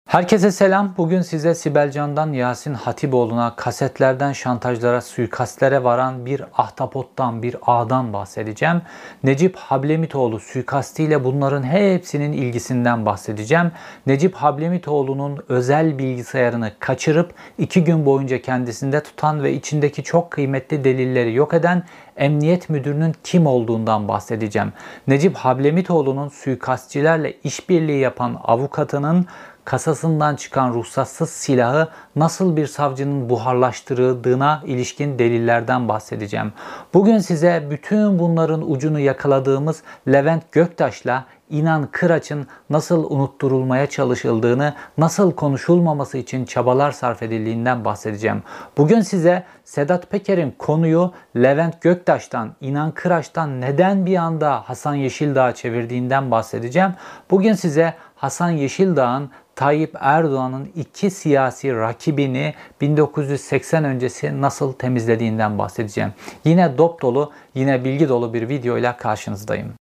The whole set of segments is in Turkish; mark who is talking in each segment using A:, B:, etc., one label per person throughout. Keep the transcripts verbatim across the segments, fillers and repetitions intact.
A: Herkese selam. Bugün size Sibel Can'dan Yasin Hatipoğlu'na, kasetlerden şantajlara, suikastlere varan bir ahtapottan, bir ağdan bahsedeceğim. Necip Hablemitoğlu suikastiyle bunların hepsinin ilgisinden bahsedeceğim. Necip Hablemitoğlu'nun özel bilgisayarını kaçırıp iki gün boyunca kendisinde tutan ve içindeki çok kıymetli delilleri yok eden Emniyet Müdürü'nün kim olduğundan bahsedeceğim. Necip Hablemitoğlu'nun suikastçilerle işbirliği yapan avukatının kasasından çıkan ruhsatsız silahı nasıl bir savcının buharlaştırdığına ilişkin delillerden bahsedeceğim. Bugün size bütün bunların ucunu yakaladığımız Levent Göktaş'la İnan Kıraç'ın nasıl unutturulmaya çalışıldığını, nasıl konuşulmaması için çabalar sarf edildiğinden bahsedeceğim. Bugün size Sedat Peker'in konuyu Levent Göktaş'tan, İnan Kıraç'tan neden bir anda Hasan Yeşildağ'a çevirdiğinden bahsedeceğim. Bugün size Hasan Yeşildağ'ın Tayyip Erdoğan'ın iki siyasi rakibini bin dokuz yüz seksen öncesi nasıl temizlediğinden bahsedeceğim. Yine dop dolu, yine bilgi dolu bir videoyla karşınızdayım.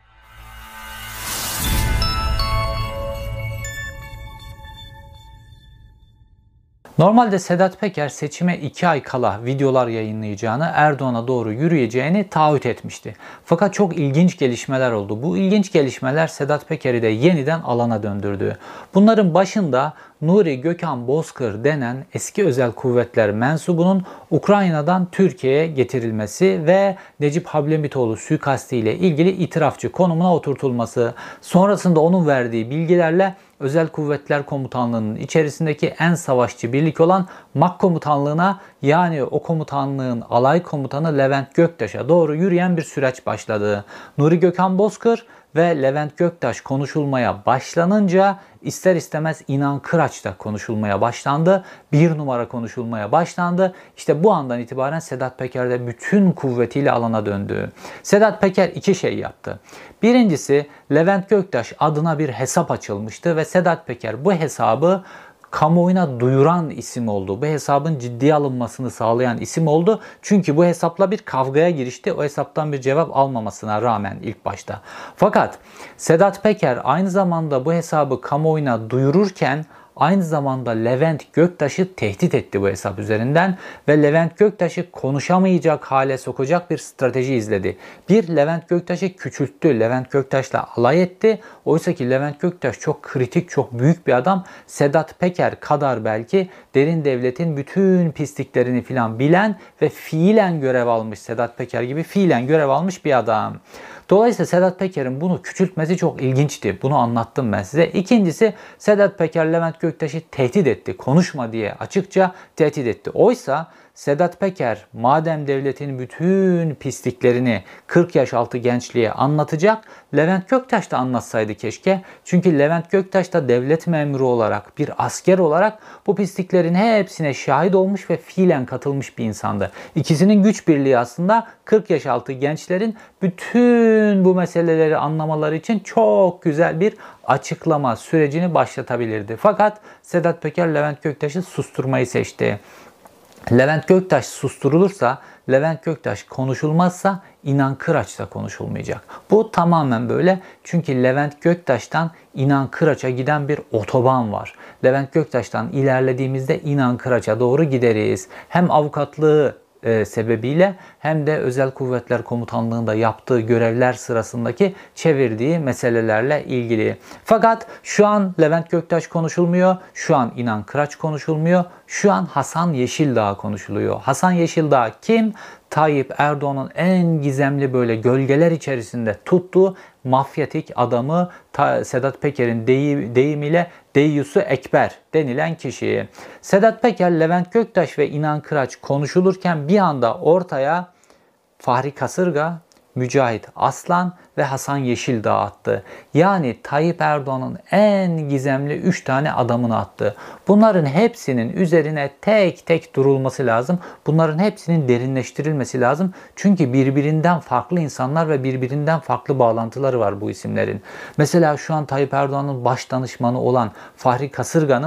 A: Normalde Sedat Peker seçime iki ay kala videolar yayınlayacağını, Erdoğan'a doğru yürüyeceğini taahhüt etmişti. Fakat çok ilginç gelişmeler oldu. Bu ilginç gelişmeler Sedat Peker'i de yeniden alana döndürdü. Bunların başında Nuri Gökhan Bozkır denen eski özel kuvvetler mensubunun Ukrayna'dan Türkiye'ye getirilmesi ve Necip Hablemitoğlu suikasti ile ilgili itirafçı konumuna oturtulması, sonrasında onun verdiği bilgilerle Özel Kuvvetler Komutanlığı'nın içerisindeki en savaşçı birlik olan MAK Komutanlığı'na, yani o komutanlığın alay komutanı Levent Göktaş'a doğru yürüyen bir süreç başladı. Nuri Gökhan Bozkır ve Levent Göktaş konuşulmaya başlanınca ister istemez İnan Kıraç da konuşulmaya başlandı. Bir numara konuşulmaya başlandı. İşte bu andan itibaren Sedat Peker de bütün kuvvetiyle alana döndü. Sedat Peker iki şey yaptı. Birincisi, Levent Göktaş adına bir hesap açılmıştı ve Sedat Peker bu hesabı kamuoyuna duyuran isim oldu. Bu hesabın ciddiye alınmasını sağlayan isim oldu. Çünkü bu hesapla bir kavgaya girişti. O hesaptan bir cevap almamasına rağmen ilk başta. Fakat Sedat Peker aynı zamanda bu hesabı kamuoyuna duyururken aynı zamanda Levent Göktaş'ı tehdit etti bu hesap üzerinden ve Levent Göktaş'ı konuşamayacak hale sokacak bir strateji izledi. Bir, Levent Göktaş'ı küçülttü, Levent Göktaş'la alay etti. Oysa ki Levent Göktaş çok kritik, çok büyük bir adam. Sedat Peker kadar belki derin devletin bütün pisliklerini filan bilen ve fiilen görev almış, Sedat Peker gibi fiilen görev almış bir adam. Dolayısıyla Sedat Peker'in bunu küçültmesi çok ilginçti. Bunu anlattım ben size. İkincisi, Sedat Peker Levent Göktaş'ı tehdit etti. Konuşma diye açıkça tehdit etti. Oysa Sedat Peker madem devletin bütün pisliklerini kırk yaş altı gençliğe anlatacak, Levent Göktaş da anlatsaydı keşke. Çünkü Levent Göktaş da devlet memuru olarak, bir asker olarak bu pisliklerin hepsine şahit olmuş ve fiilen katılmış bir insandı. İkisinin güç birliği aslında kırk yaş altı gençlerin bütün bu meseleleri anlamaları için çok güzel bir açıklama sürecini başlatabilirdi. Fakat Sedat Peker Levent Göktaş'ı susturmayı seçti. Levent Göktaş susturulursa, Levent Göktaş konuşulmazsa İnan Kıraç da konuşulmayacak. Bu tamamen böyle. Çünkü Levent Göktaş'tan İnan Kıraç'a giden bir otoban var. Levent Göktaş'tan ilerlediğimizde İnan Kıraç'a doğru gideriz. Hem avukatlığı E, sebebiyle hem de Özel Kuvvetler Komutanlığı'nda yaptığı görevler sırasındaki çevirdiği meselelerle ilgili. Fakat şu an Levent Göktaş konuşulmuyor, şu an İnan Kıraç konuşulmuyor, şu an Hasan Yeşildağ konuşuluyor. Hasan Yeşildağ kim? Tayyip Erdoğan'ın en gizemli böyle gölgeler içerisinde tuttuğu mafyatik adamı, Sedat Peker'in deyimiyle Deyyusu Ekber denilen kişi. Sedat Peker, Levent Göktaş ve İnan Kıraç konuşulurken bir anda ortaya Fahri Kasırga, Mücahit Aslan ve Hasan Yeşildağ attı. Yani Tayyip Erdoğan'ın en gizemli üç tane adamını attı. Bunların hepsinin üzerine tek tek durulması lazım. Bunların hepsinin derinleştirilmesi lazım. Çünkü birbirinden farklı insanlar ve birbirinden farklı bağlantıları var bu isimlerin. Mesela şu an Tayyip Erdoğan'ın baş danışmanı olan Fahri Kasırga'nın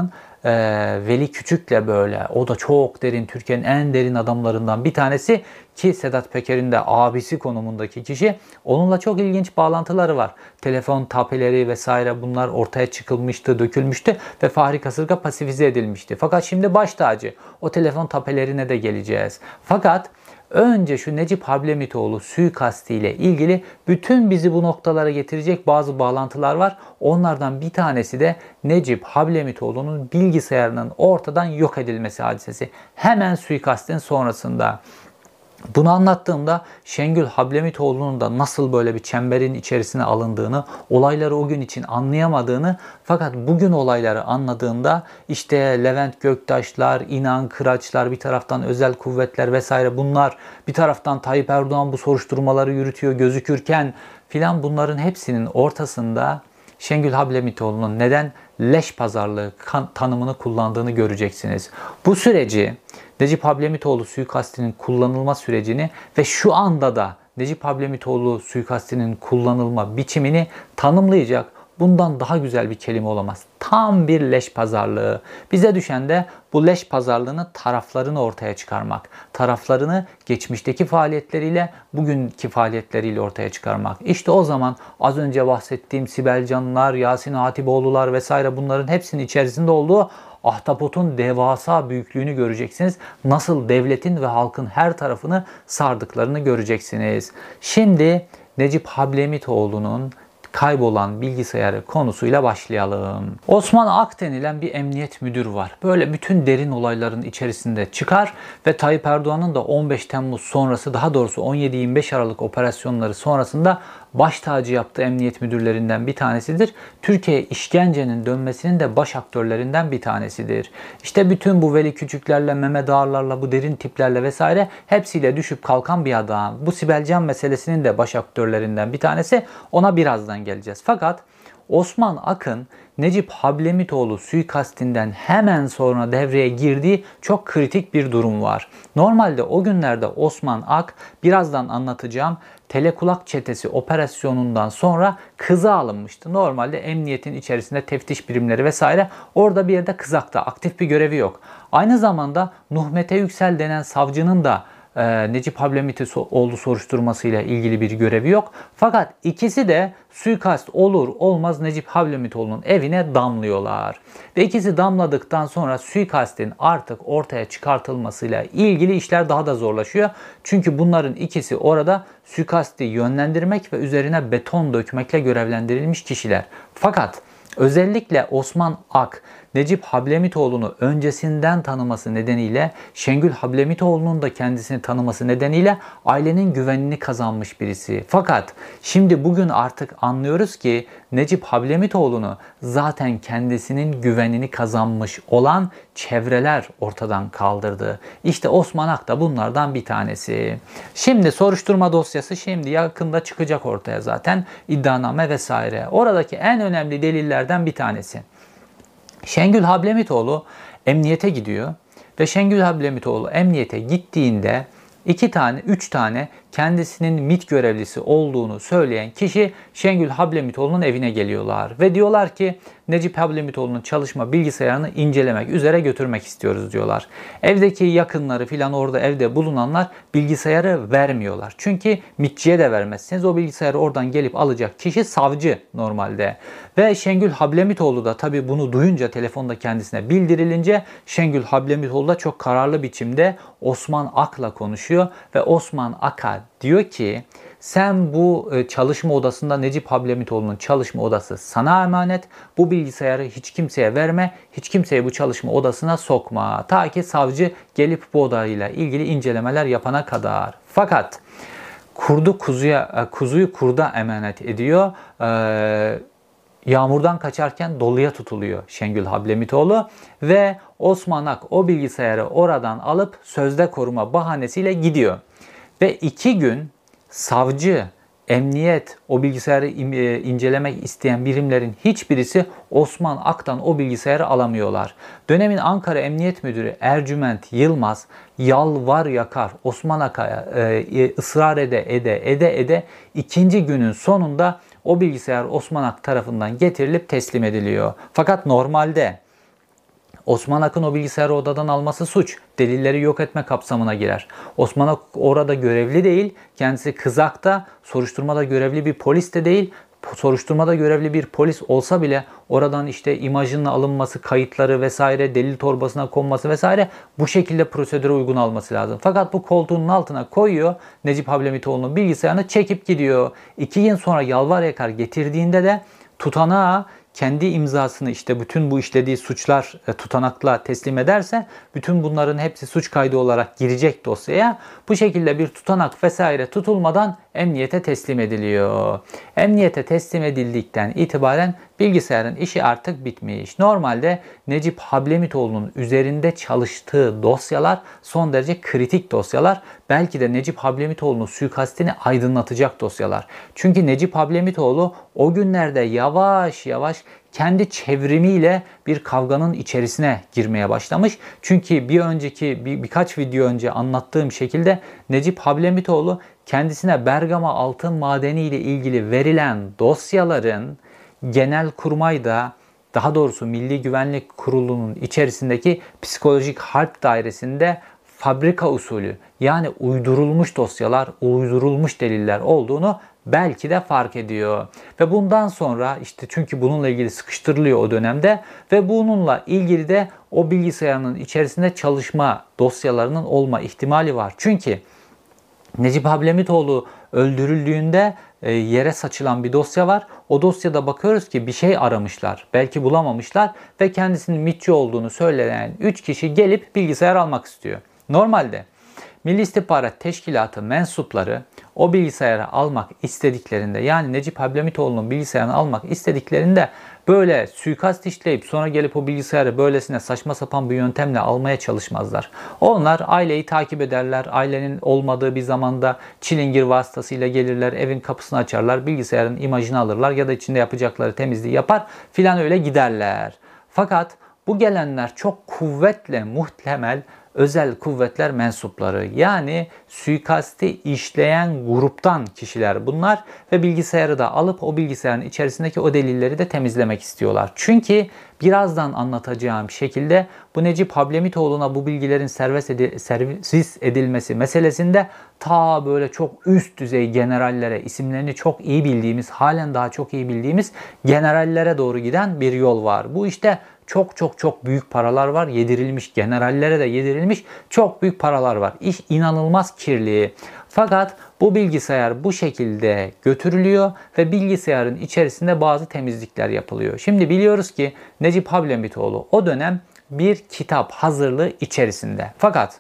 A: e, Veli Küçük'le böyle, o da çok derin, Türkiye'nin en derin adamlarından bir tanesi ki Sedat Peker'in de abisi konumundaki kişi, onunla çok ilginç bağlantıları var. Telefon tapeleri vesaire bunlar ortaya çıkılmıştı, dökülmüştü ve Fahri Kasırga pasifize edilmişti. Fakat şimdi baş tacı, o telefon tapelerine de geleceğiz. Fakat önce şu Necip Hablemitoğlu suikastiyle ilgili bütün bizi bu noktalara getirecek bazı bağlantılar var. Onlardan bir tanesi de Necip Hablemitoğlu'nun bilgisayarının ortadan yok edilmesi hadisesi. Hemen suikastin sonrasında. Bunu anlattığımda Şengül Hablemitoğlu'nun da nasıl böyle bir çemberin içerisine alındığını, olayları o gün için anlayamadığını, fakat bugün olayları anladığında işte Levent Göktaşlar, İnan Kıraçlar, bir taraftan özel kuvvetler vesaire, bunlar bir taraftan Tayyip Erdoğan bu soruşturmaları yürütüyor gözükürken filan, bunların hepsinin ortasında Şengül Hablemitoğlu'nun neden leş pazarlığı tanımını kullandığını göreceksiniz. Bu süreci, Necip Hablemitoğlu suikastinin kullanılma sürecini ve şu anda da Necip Hablemitoğlu suikastinin kullanılma biçimini tanımlayacak bundan daha güzel bir kelime olamaz. Tam bir leş pazarlığı. Bize düşen de bu leş pazarlığını, taraflarını ortaya çıkarmak. Taraflarını geçmişteki faaliyetleriyle, bugünkü faaliyetleriyle ortaya çıkarmak. İşte o zaman az önce bahsettiğim Sibel Canlar, Yasin Hatipoğlular vesaire, bunların hepsinin içerisinde olduğu ahtapotun devasa büyüklüğünü göreceksiniz. Nasıl devletin ve halkın her tarafını sardıklarını göreceksiniz. Şimdi Necip Hablemitoğlu'nun kaybolan bilgisayarı konusuyla başlayalım. Osman Ak denilen bir emniyet müdürü var. Böyle bütün derin olayların içerisinde çıkar ve Tayyip Erdoğan'ın da on beş Temmuz sonrası, daha doğrusu on yedi yirmi beş Aralık operasyonları sonrasında baş tacı yaptığı emniyet müdürlerinden bir tanesidir. Türkiye işkencenin dönmesinin de baş aktörlerinden bir tanesidir. İşte bütün bu Veli Küçüklerle, Mehmet Ağarlarla, bu derin tiplerle vesaire hepsiyle düşüp kalkan bir adam. Bu Sibel Can meselesinin de baş aktörlerinden bir tanesi. Ona birazdan geleceğiz. Fakat Osman Ak'ın Necip Hablemitoğlu suikastinden hemen sonra devreye girdiği çok kritik bir durum var. Normalde o günlerde Osman Ak, birazdan anlatacağım, Telekulak Çetesi operasyonundan sonra kıza alınmıştı. Normalde emniyetin içerisinde teftiş birimleri vesaire, orada bir yerde kızakta, aktif bir görevi yok. Aynı zamanda Nuh Mete Yüksel denen savcının da e, Necip Hablemitoğlu soruşturmasıyla ilgili bir görevi yok. Fakat ikisi de suikast olur olmaz Necip Hablemitoğlu'nun evine damlıyorlar. Ve ikisi damladıktan sonra suikastin artık ortaya çıkartılmasıyla ilgili işler daha da zorlaşıyor. Çünkü bunların ikisi orada suikasti yönlendirmek ve üzerine beton dökmekle görevlendirilmiş kişiler. Fakat özellikle Osman Ak, Necip Hablemitoğlu'nu öncesinden tanıması nedeniyle, Şengül Hablemitoğlu'nun da kendisini tanıması nedeniyle ailenin güvenini kazanmış birisi. Fakat şimdi bugün artık anlıyoruz ki Necip Hablemitoğlu'nu zaten kendisinin güvenini kazanmış olan çevreler ortadan kaldırdı. İşte Osman Ak da bunlardan bir tanesi. Şimdi soruşturma dosyası şimdi yakında çıkacak ortaya zaten, iddianame vesaire. Oradaki en önemli delillerden bir tanesi. Şengül Hablemitoğlu emniyete gidiyor ve Şengül Hablemitoğlu emniyete gittiğinde iki tane, üç tane kendisinin MİT görevlisi olduğunu söyleyen kişi Şengül Hablemitoğlu'nun evine geliyorlar ve diyorlar ki Necip Hablemitoğlu'nun çalışma bilgisayarını incelemek üzere götürmek istiyoruz diyorlar. Evdeki yakınları filan, orada evde bulunanlar bilgisayarı vermiyorlar. Çünkü MİTçiye de vermezsiniz. O bilgisayarı oradan gelip alacak kişi savcı normalde. Ve Şengül Hablemitoğlu da tabii bunu duyunca, telefonda kendisine bildirilince, Şengül Hablemitoğlu da çok kararlı biçimde Osman Ak'la konuşuyor ve Osman Ak'a diyor ki sen bu çalışma odasında, Necip Hablemitoğlu'nun çalışma odası sana emanet. Bu bilgisayarı hiç kimseye verme. Hiç kimseyi bu çalışma odasına sokma. Ta ki savcı gelip bu odayla ilgili incelemeler yapana kadar. Fakat kurdu kuzuya, kuzuyu kurda emanet ediyor. Ee, Yağmurdan kaçarken doluya tutuluyor Şengül Hablemitoğlu ve Osman Ak o bilgisayarı oradan alıp sözde koruma bahanesiyle gidiyor. Ve iki gün savcı, emniyet, o bilgisayarı incelemek isteyen birimlerin hiçbirisi Osman Ak'tan o bilgisayarı alamıyorlar. Dönemin Ankara Emniyet Müdürü Ercüment Yılmaz yalvar yakar Osman Ak'a e, ısrar ede ede ede ede ikinci günün sonunda o bilgisayar Osman Ak tarafından getirilip teslim ediliyor. Fakat normalde Osman Akın o bilgisayarı odadan alması suç. Delilleri yok etme kapsamına girer. Osman Ak orada görevli değil. Kendisi kızakta, soruşturmada görevli bir polis de değil. Soruşturmada görevli bir polis olsa bile oradan işte imajının alınması, kayıtları vesaire, delil torbasına konması vesaire bu şekilde prosedüre uygun alması lazım. Fakat bu koltuğunun altına koyuyor, Necip Hablemitoğlu'nun bilgisayarını çekip gidiyor. İki gün sonra yalvar yakar getirdiğinde de tutanağa kendi imzasını işte bütün bu işlediği suçlar tutanakla teslim ederse bütün bunların hepsi suç kaydı olarak girecek dosyaya. Bu şekilde bir tutanak vesaire tutulmadan emniyete teslim ediliyor. Emniyete teslim edildikten itibaren bilgisayarın işi artık bitmiş. Normalde Necip Hablemitoğlu'nun üzerinde çalıştığı dosyalar son derece kritik dosyalar. Belki de Necip Hablemitoğlu'nun suikastini aydınlatacak dosyalar. Çünkü Necip Hablemitoğlu o günlerde yavaş yavaş kendi çevrimiyle bir kavganın içerisine girmeye başlamış. Çünkü bir önceki bir, birkaç video önce anlattığım şekilde Necip Hablemitoğlu kendisine Bergama altın madeni ile ilgili verilen dosyaların Genelkurmay'da, daha doğrusu Milli Güvenlik Kurulu'nun içerisindeki psikolojik harp dairesinde fabrika usulü yani uydurulmuş dosyalar, uydurulmuş deliller olduğunu belki de fark ediyor. Ve bundan sonra işte çünkü bununla ilgili sıkıştırılıyor o dönemde ve bununla ilgili de o bilgisayarın içerisinde çalışma dosyalarının olma ihtimali var. Çünkü Necip Hablemitoğlu öldürüldüğünde e, yere saçılan bir dosya var. O dosyada bakıyoruz ki bir şey aramışlar. Belki bulamamışlar ve kendisinin MİTçi olduğunu söyleyen üç kişi gelip bilgisayar almak istiyor. Normalde Milli İstihbarat Teşkilatı mensupları o bilgisayarı almak istediklerinde yani Necip Hablemitoğlu'nun bilgisayarını almak istediklerinde böyle suikast işleyip sonra gelip o bilgisayarı böylesine saçma sapan bir yöntemle almaya çalışmazlar. Onlar aileyi takip ederler. Ailenin olmadığı bir zamanda çilingir vasıtasıyla gelirler, evin kapısını açarlar, bilgisayarın imajını alırlar ya da içinde yapacakları temizliği yapar filan öyle giderler. Fakat bu gelenler çok kuvvetle muhtemel özel kuvvetler mensupları yani suikasti işleyen gruptan kişiler bunlar ve bilgisayarı da alıp o bilgisayarın içerisindeki o delilleri de temizlemek istiyorlar. Çünkü birazdan anlatacağım şekilde bu Necip Hablemitoğlu'na bu bilgilerin servis edilmesi meselesinde ta böyle çok üst düzey generallere, isimlerini çok iyi bildiğimiz, halen daha çok iyi bildiğimiz generallere doğru giden bir yol var. Bu işte çok çok çok büyük paralar var. Yedirilmiş, generallere de yedirilmiş çok büyük paralar var. İş inanılmaz kirli. Fakat bu bilgisayar bu şekilde götürülüyor ve bilgisayarın içerisinde bazı temizlikler yapılıyor. Şimdi biliyoruz ki Necip Hablemitoğlu o dönem bir kitap hazırlığı içerisinde. Fakat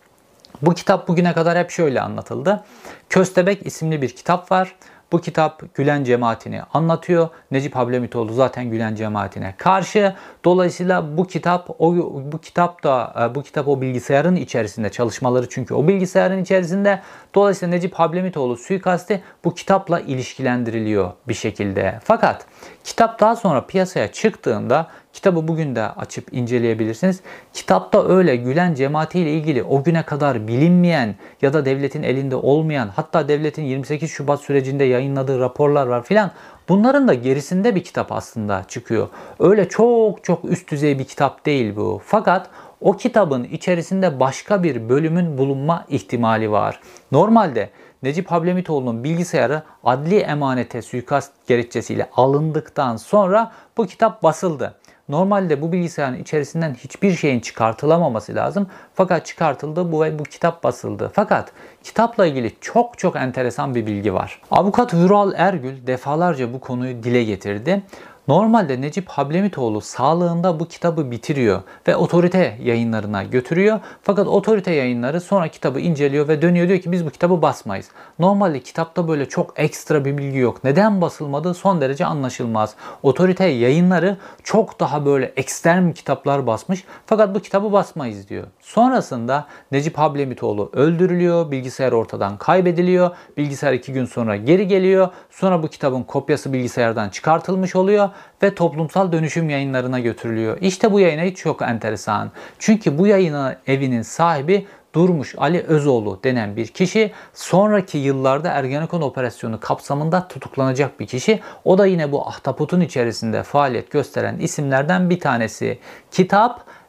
A: bu kitap bugüne kadar hep şöyle anlatıldı. Köstebek isimli bir kitap var. Bu kitap Gülen cemaatini anlatıyor. Necip Hablemitoğlu zaten Gülen cemaatine karşı. Dolayısıyla bu kitap o bu kitap da bu kitap o bilgisayarın içerisinde çalışmaları çünkü o bilgisayarın içerisinde. Dolayısıyla Necip Hablemitoğlu suikasti bu kitapla ilişkilendiriliyor bir şekilde. Fakat kitap daha sonra piyasaya çıktığında kitabı bugün de açıp inceleyebilirsiniz. Kitapta öyle Gülen cemaati ile ilgili o güne kadar bilinmeyen ya da devletin elinde olmayan hatta devletin yirmi sekiz Şubat sürecinde yayınladığı raporlar var filan. Bunların da gerisinde bir kitap aslında çıkıyor. Öyle çok çok üst düzey bir kitap değil bu. Fakat o kitabın içerisinde başka bir bölümün bulunma ihtimali var. Normalde Necip Hablemitoğlu'nun bilgisayarı adli emanete suikast gerekçesiyle alındıktan sonra bu kitap basıldı. Normalde bu bilgisayarın içerisinden hiçbir şeyin çıkartılamaması lazım. Fakat çıkartıldı bu ve bu kitap basıldı. Fakat kitapla ilgili çok çok enteresan bir bilgi var. Avukat Vural Ergül defalarca bu konuyu dile getirdi. Normalde Necip Hablemitoğlu sağlığında bu kitabı bitiriyor ve Otorite Yayınlarına götürüyor. Fakat Otorite Yayınları sonra kitabı inceliyor ve dönüyor diyor ki biz bu kitabı basmayız. Normalde kitapta böyle çok ekstra bir bilgi yok. Neden basılmadığı son derece anlaşılmaz. Otorite Yayınları çok daha böyle ekstrem kitaplar basmış fakat bu kitabı basmayız diyor. Sonrasında Necip Hablemitoğlu öldürülüyor, bilgisayar ortadan kaybediliyor, bilgisayar iki gün sonra geri geliyor. Sonra bu kitabın kopyası bilgisayardan çıkartılmış oluyor ve Toplumsal Dönüşüm Yayınlarına götürülüyor. İşte bu yayın evi çok enteresan. Çünkü bu yayın evinin sahibi Durmuş Ali Özoğlu denen bir kişi. Sonraki yıllarda Ergenekon operasyonu kapsamında tutuklanacak bir kişi. O da yine bu ahtapotun içerisinde faaliyet gösteren isimlerden bir tanesi. Kitap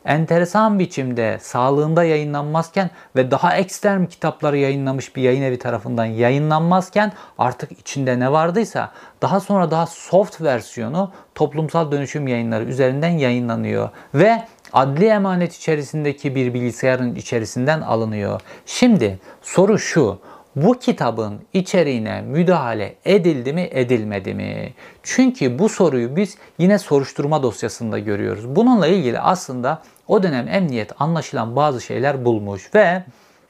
A: enteresan biçimde sağlığında yayınlanmazken ve daha ekstrem kitapları yayınlamış bir yayın evi tarafından yayınlanmazken artık içinde ne vardıysa daha sonra daha soft versiyonu Toplumsal Dönüşüm Yayınları üzerinden yayınlanıyor ve adli emanet içerisindeki bir bilgisayarın içerisinden alınıyor. Şimdi soru şu: bu kitabın içeriğine müdahale edildi mi, edilmedi mi? Çünkü bu soruyu biz yine soruşturma dosyasında görüyoruz. Bununla ilgili aslında o dönem emniyet anlaşılan bazı şeyler bulmuş ve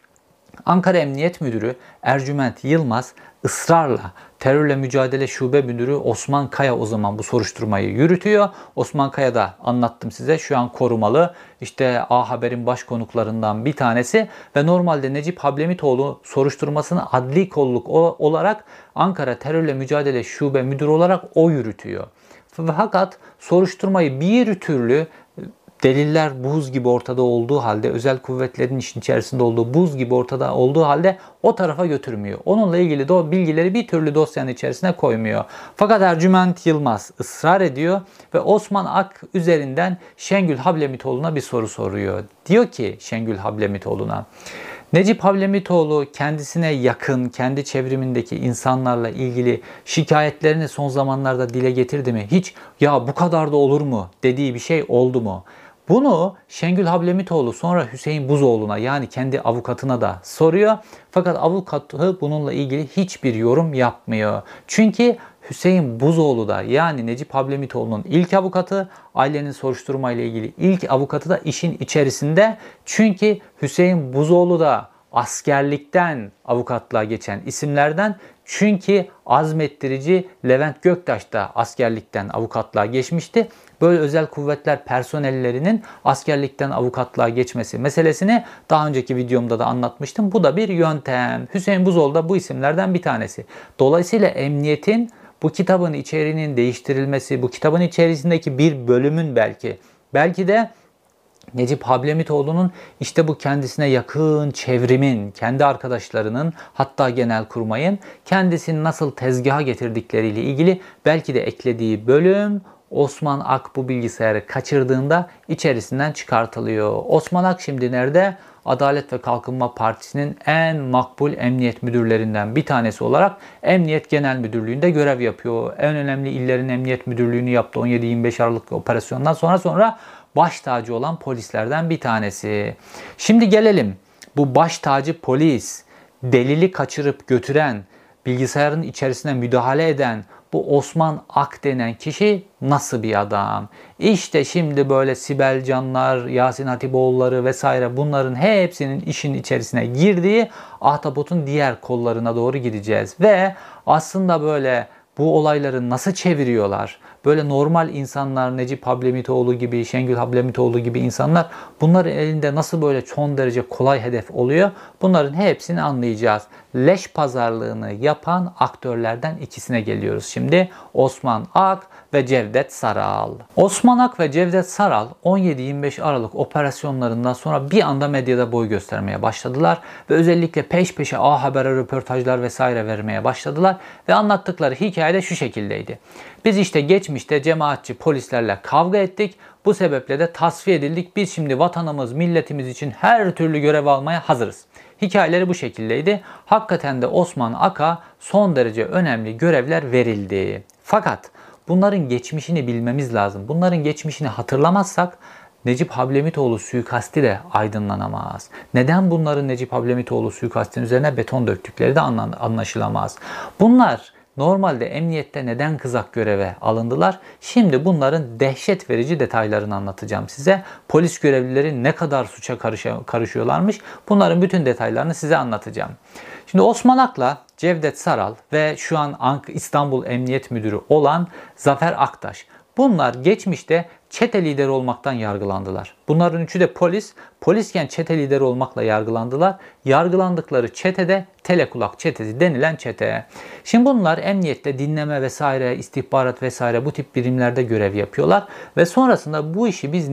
A: Ankara Emniyet Müdürü Ercüment Yılmaz ısrarla Terörle Mücadele Şube Müdürü Osman Kaya o zaman bu soruşturmayı yürütüyor. Osman Kaya da anlattım size, şu an korumalı. İşte A Haber'in baş konuklarından bir tanesi ve normalde Necip Hablemitoğlu soruşturmasını adli kolluk olarak Ankara Terörle Mücadele Şube Müdürü olarak o yürütüyor. Fakat soruşturmayı bir türlü deliller buz gibi ortada olduğu halde, özel kuvvetlerin işin içerisinde olduğu buz gibi ortada olduğu halde o tarafa götürmüyor. Onunla ilgili de o bilgileri bir türlü dosyanın içerisine koymuyor. Fakat Ercüment Yılmaz ısrar ediyor ve Osman Ak üzerinden Şengül Hablemitoğlu'na bir soru soruyor. Diyor ki Şengül Hablemitoğlu'na: Necip Hablemitoğlu kendisine yakın, kendi çevrimindeki insanlarla ilgili şikayetlerini son zamanlarda dile getirdi mi? Hiç ya bu kadar da olur mu dediği bir şey oldu mu? Bunu Şengül Hablemitoğlu sonra Hüseyin Buzoğlu'na, yani kendi avukatına da soruyor. Fakat avukatı bununla ilgili hiçbir yorum yapmıyor. Çünkü Hüseyin Buzoğlu da, yani Necip Hablemitoğlu'nun ilk avukatı, ailenin soruşturma ile ilgili ilk avukatı da işin içerisinde. Çünkü Hüseyin Buzoğlu da askerlikten avukatlığa geçen isimlerden. Çünkü azmettirici Levent Göktaş da askerlikten avukatlığa geçmişti. Böyle özel kuvvetler personellerinin askerlikten avukatlığa geçmesi meselesini daha önceki videomda da anlatmıştım. Bu da bir yöntem. Hüseyin Buzoğlu da bu isimlerden bir tanesi. Dolayısıyla emniyetin bu kitabın içeriğinin değiştirilmesi, bu kitabın içerisindeki bir bölümün belki, belki de Necip Hablemitoğlu'nun işte bu kendisine yakın çevrimin, kendi arkadaşlarının, hatta Genelkurmay'ın kendisini nasıl tezgaha getirdikleriyle ilgili belki de eklediği bölüm Osman Ak bu bilgisayarı kaçırdığında içerisinden çıkartılıyor. Osman Ak şimdi nerede? Adalet ve Kalkınma Partisi'nin en makbul emniyet müdürlerinden bir tanesi olarak Emniyet Genel Müdürlüğü'nde görev yapıyor. En önemli illerin emniyet müdürlüğünü yaptı on yedi yirmi beş Aralık operasyonundan sonra sonra baş tacı olan polislerden bir tanesi. Şimdi gelelim bu baş tacı polis, delili kaçırıp götüren, bilgisayarın içerisine müdahale eden bu Osman Ak denen kişi nasıl bir adam? İşte şimdi böyle Sibel Canlar, Yasin Hatipoğulları vesaire, bunların hepsinin işin içerisine girdiği Ahtapot'un diğer kollarına doğru gideceğiz. Ve aslında böyle bu olayları nasıl çeviriyorlar? Böyle normal insanlar, Necip Hablemitoğlu gibi, Şengül Hablemitoğlu gibi insanlar, bunların elinde nasıl böyle son derece kolay hedef oluyor? Bunların hepsini anlayacağız. Leş pazarlığını yapan aktörlerden ikisine geliyoruz şimdi. Osman Ak ve Cevdet Saral. Osman Ak ve Cevdet Saral on yedi yirmi beş Aralık operasyonlarından sonra bir anda medyada boy göstermeye başladılar ve özellikle peş peşe A Haber'e röportajlar vesaire vermeye başladılar ve anlattıkları hikaye de şu şekildeydi. Biz işte geçmişte cemaatçi polislerle kavga ettik. Bu sebeple de tasfiye edildik. Biz şimdi vatanımız, milletimiz için her türlü görev almaya hazırız. Hikayeleri bu şekildeydi. Hakikaten de Osman Ak'a son derece önemli görevler verildi. Fakat bunların geçmişini bilmemiz lazım. Bunların geçmişini hatırlamazsak Necip Hablemitoğlu suikasti de aydınlanamaz. Neden bunların Necip Hablemitoğlu suikastinin üzerine beton döktükleri de anlaşılamaz. Bunlar normalde emniyette neden kızak göreve alındılar? Şimdi bunların dehşet verici detaylarını anlatacağım size. Polis görevlileri ne kadar suça karışıyorlarmış, bunların bütün detaylarını size anlatacağım. Şimdi Osman Ak'la Cevdet Saral ve şu an İstanbul Emniyet Müdürü olan Zafer Aktaş, bunlar geçmişte çete lideri olmaktan yargılandılar. Bunların üçü de polis. Polisken çete lideri olmakla yargılandılar. Yargılandıkları çetede Telekulak çetesi denilen çete. Şimdi bunlar emniyette dinleme vesaire, istihbarat vesaire bu tip birimlerde görev yapıyorlar. Ve sonrasında bu işi biz niye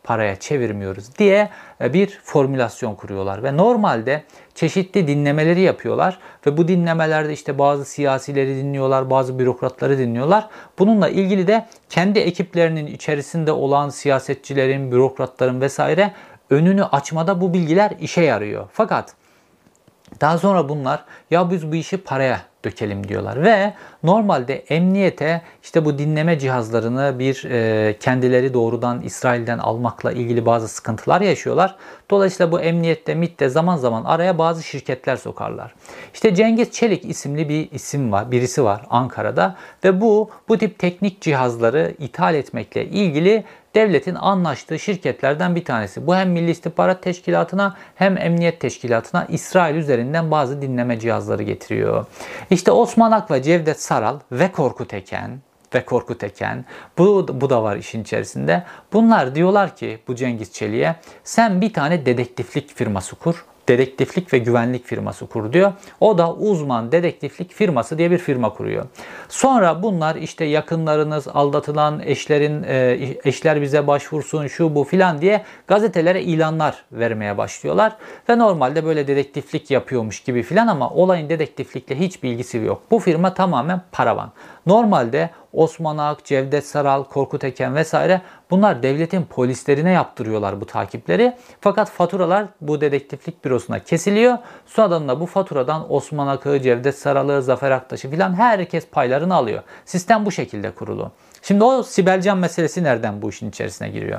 A: paraya çevirmiyoruz diye bir formülasyon kuruyorlar. Ve normalde çeşitli dinlemeleri yapıyorlar ve bu dinlemelerde işte bazı siyasileri dinliyorlar, bazı bürokratları dinliyorlar. Bununla ilgili de kendi ekiplerinin içerisinde olan siyasetçilerin, bürokratların vesaire önünü açmada bu bilgiler işe yarıyor. Fakat daha sonra bunlar ya biz bu işi paraya dökelim diyorlar ve normalde emniyete işte bu dinleme cihazlarını bir e, kendileri doğrudan İsrail'den almakla ilgili bazı sıkıntılar yaşıyorlar. Dolayısıyla bu emniyette, MİT'te zaman zaman araya bazı şirketler sokarlar. İşte Cengiz Çelik isimli bir isim var, birisi var Ankara'da ve bu bu tip teknik cihazları ithal etmekle ilgili devletin anlaştığı şirketlerden bir tanesi. Bu hem Milli İstihbarat Teşkilatı'na hem Emniyet Teşkilatı'na İsrail üzerinden bazı dinleme cihazları getiriyor. İşte Osman Ak ve Cevdet Saral ve Korkut Eken ve Korkut Eken bu, bu da var işin içerisinde. Bunlar diyorlar ki bu Cengiz Çelik'e sen bir tane dedektiflik firması kur. Dedektiflik ve güvenlik firması kur diyor. O da uzman dedektiflik firması diye bir firma kuruyor. Sonra bunlar işte yakınlarınız aldatılan eşlerin eşler bize başvursun şu bu filan diye gazetelere ilanlar vermeye başlıyorlar. Ve normalde böyle dedektiflik yapıyormuş gibi filan ama olayın dedektiflikle hiç bilgisi yok. Bu firma tamamen paravan. Normalde Osman Ak, Cevdet Saral, Korkut Eken vesaire bunlar devletin polislerine yaptırıyorlar bu takipleri. Fakat faturalar bu dedektiflik bürosuna kesiliyor. Sonradan da bu faturadan Osman Ak'ı, Cevdet Saral'ı, Zafer Aktaş'ı filan herkes paylarını alıyor. Sistem bu şekilde kurulu. Şimdi o Sibel Can meselesi nereden bu işin içerisine giriyor?